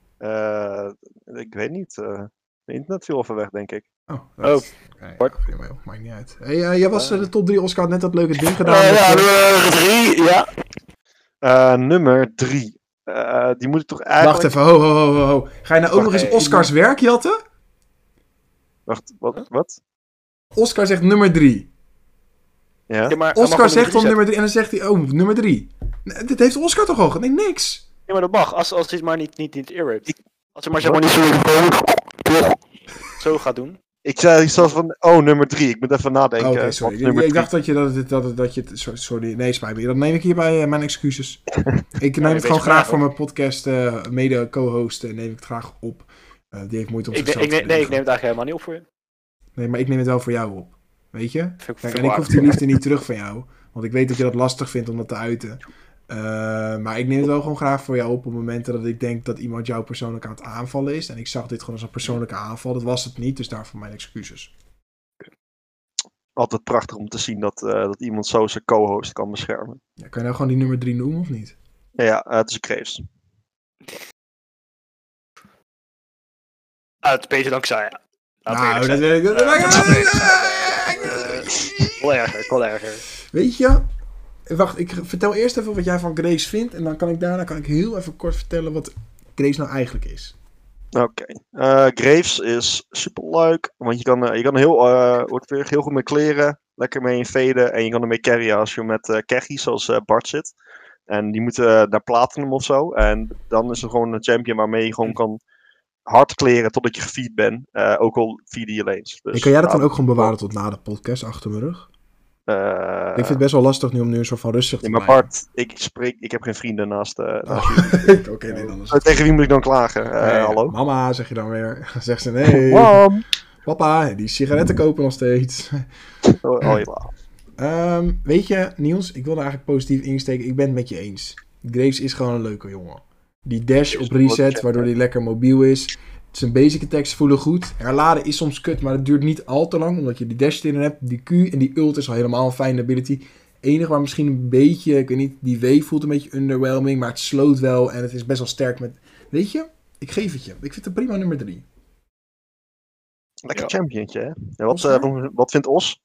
Ik weet niet. Het internet viel even weg, denk ik. Maakt niet uit. Hey, jij was de top 3 Oscar, net dat leuke ding gedaan. Nummer 3, ja. Nummer 3. Die moet ik toch eigenlijk... Wacht even, ho. Ga je nou ook nog eens Oscars werk jatten? Wacht, wat? Oscar zegt nummer 3. Ja? Ja, maar Oscar zegt dan nummer 3 en dan zegt hij, oh, nummer 3. Nee, dit heeft Oscar toch al? Nee, niks. Ja, maar dat mag. Als hij het maar niet earrapt. Als hij maar zeg maar niet zo gaat doen. Ik zei van, nummer 3. Ik moet even nadenken. Oké, sorry. Ik dacht dat je het... Sorry, nee, spijt me. Dat neem ik hierbij mijn excuses. Ik neem het gewoon graag voor mijn podcast mede co-host. Neem ik het graag op. Die heeft moeite om zichzelf te Nee, ik neem het eigenlijk helemaal niet op voor je. Nee, maar ik neem het wel voor jou op. Weet je? Kijk, en ik hoef die liefde niet terug van jou. Want ik weet dat je dat lastig vindt om dat te uiten. Maar ik neem het wel gewoon graag voor jou op momenten dat ik denk dat iemand jou persoonlijk aan het aanvallen is. En ik zag dit gewoon als een persoonlijke aanval. Dat was het niet, dus daarvoor mijn excuses. Altijd prachtig om te zien dat iemand zo zijn co-host kan beschermen. Ja, kan je nou gewoon die nummer 3 noemen of niet? Ja, het is Graves. Het is beter dan ik zei, ja. Nou, dat weet ik. Wel erger. Weet je, wacht, ik vertel eerst even wat jij van Graves vindt. En dan kan ik heel even kort vertellen wat Graves nou eigenlijk is. Oké. Graves is super leuk. Want je kan heel goed mee kleren. Lekker mee invaden. En je kan ermee carryen als je met Keggy, zoals Bart zit. En die moeten naar Platinum of zo. En dan is er gewoon een champion waarmee je gewoon kan hard kleren totdat je gefeed bent. Ook al feeden je lanes. Dus, kan jij dat dan ook gewoon bewaren tot na de podcast achter mijn rug? Ik vind het best wel lastig nu om nu een soort van rustig te maar Bart, ik heb geen vrienden naast jullie. Oké, nee, dan is het... Tegen wie moet ik dan klagen? Hallo? Mama, zeg je dan weer. Dan zegt ze, nee. Mam! Papa, die sigaretten kopen nog steeds. Weet je, Niels, ik wilde eigenlijk positief insteken. Ik ben het met je eens. Graves is gewoon een leuke jongen. Die dash op reset, waardoor hij lekker mobiel is. Zijn basic attacks voelen goed. Herladen is soms kut, maar het duurt niet al te lang. Omdat je die dash erin hebt. Die Q en die ult is al helemaal een fijne ability. Enig waar misschien een beetje, ik weet niet, die W voelt een beetje underwhelming. Maar het sloot wel en het is best wel sterk met... Weet je, ik geef het je. Ik vind het een prima nummer 3. Lekker championtje, hè? Ja, wat vindt Os?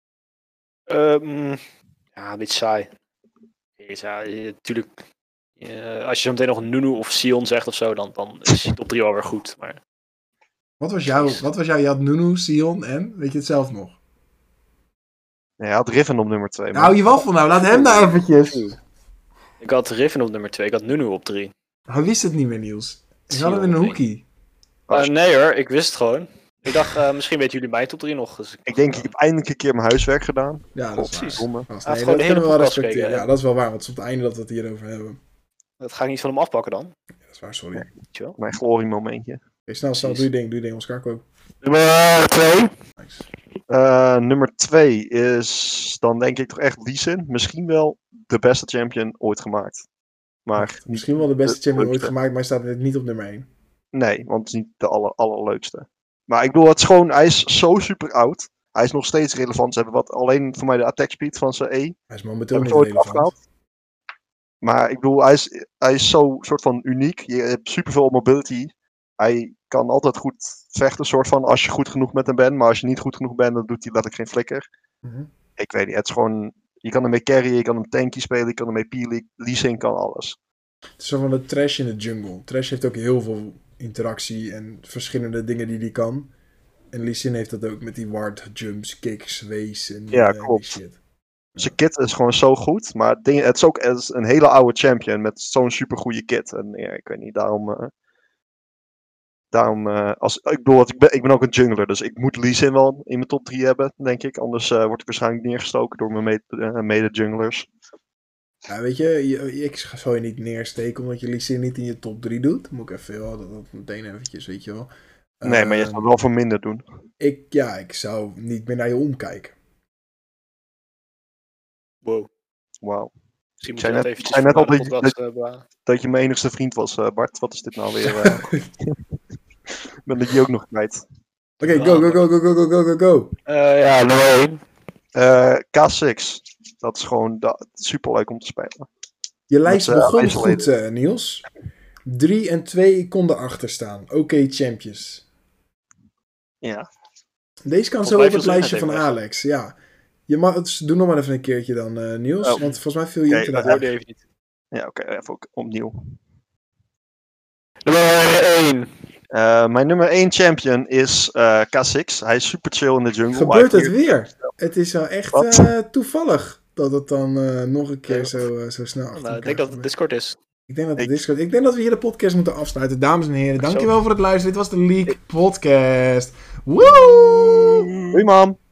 Ja, een beetje saai. Ja, natuurlijk... als je zo meteen nog een Nunu of Sion zegt of zo, dan is je top 3 alweer goed. Maar... Wat was jouw? Je had Nunu, Sion en weet je het zelf nog? Nee, hij had Riven op nummer 2. Nou, je waffel nou, laat hem nou eventjes. Ik had Riven op nummer 2, ik had Nunu op 3. Hij wist het niet meer, Niels. Ik had hem in een hoekie. Nee hoor, ik wist het gewoon. Ik dacht, misschien weten jullie mijn top 3 nog. Dus ik denk, ik heb eindelijk een keer mijn huiswerk gedaan. Ja, dat is precies. waar. Nee, dat kunnen we wel respecteren. Ja, dat is wel waar, want het is op het einde dat we het hierover hebben. Dat ga ik niet van hem afpakken dan. Ja, dat is waar, sorry. Ja, mijn gloriemomentje. Snel, doe je ding, Oscar, koop. Nummer 2. Nice. Nummer 2 is dan denk ik toch echt Lee Sin. Misschien wel de beste champion ooit gemaakt. Maar misschien wel de beste champion ooit gemaakt, maar hij staat niet op nummer 1. Nee, want het is niet de allerleukste. Maar ik bedoel, hij is zo super oud. Hij is nog steeds relevant. Ze hebben alleen voor mij de attack speed van zijn E. Hij is momenteel niet relevant. Afgehaald. Maar ik bedoel, hij is zo soort van uniek. Je hebt superveel mobility. Hij kan altijd goed vechten, soort van, als je goed genoeg met hem bent. Maar als je niet goed genoeg bent, dan doet hij letterlijk geen flikker. Mm-hmm. Ik weet niet, het is gewoon... Je kan ermee carryen, je kan hem tanky spelen, je kan ermee peelen. Lee Sin kan alles. Het is zo van de Thresh in de jungle. Thresh heeft ook heel veel interactie en verschillende dingen die hij kan. En Lee Sin heeft dat ook met die ward, jumps, kicks, waves en klopt. die shit. Zijn kit is gewoon zo goed, maar het is ook een hele oude champion met zo'n super goede kit. En ja, ik weet niet, ik ben ook een jungler, dus ik moet Lee Sin wel in mijn top 3 hebben, denk ik. Anders word ik waarschijnlijk neergestoken door mijn mede-junglers. Ja, weet je, ik zou je niet neersteken omdat je Lee Sin niet in je top 3 doet. Dan moet ik even, dat meteen eventjes, weet je wel. Nee, maar je zou wel voor minder doen. Ik zou niet meer naar je omkijken. Wow. Misschien moet je zei net al dat je mijn enigste vriend was, Bart. Wat is dit nou weer? Ik ben dat je ook nog kwijt. Oké, go. Ja, nummer 1. K6. Dat is gewoon super leuk om te spelen. Je lijst begon goed, Niels. 3 en 2 konden achter staan. Oké, champions. Ja. Deze kan zo op het lijstje van Alex. Ja. Je mag, doe nog maar even een keertje dan, Niels. Want volgens mij viel je internet uit. Even niet. Ja, oké. Even ook opnieuw. Nummer 1. Mijn nummer 1 champion is K6. Hij is super chill in de jungle. Gebeurt het weer? Het is wel echt toevallig dat het dan nog een keer zo snel achter ik denk dat het Discord is. Ik denk dat we hier de podcast moeten afsluiten. Dames en heren, dankjewel voor het luisteren. Dit was de League Podcast. Woe! Doei man!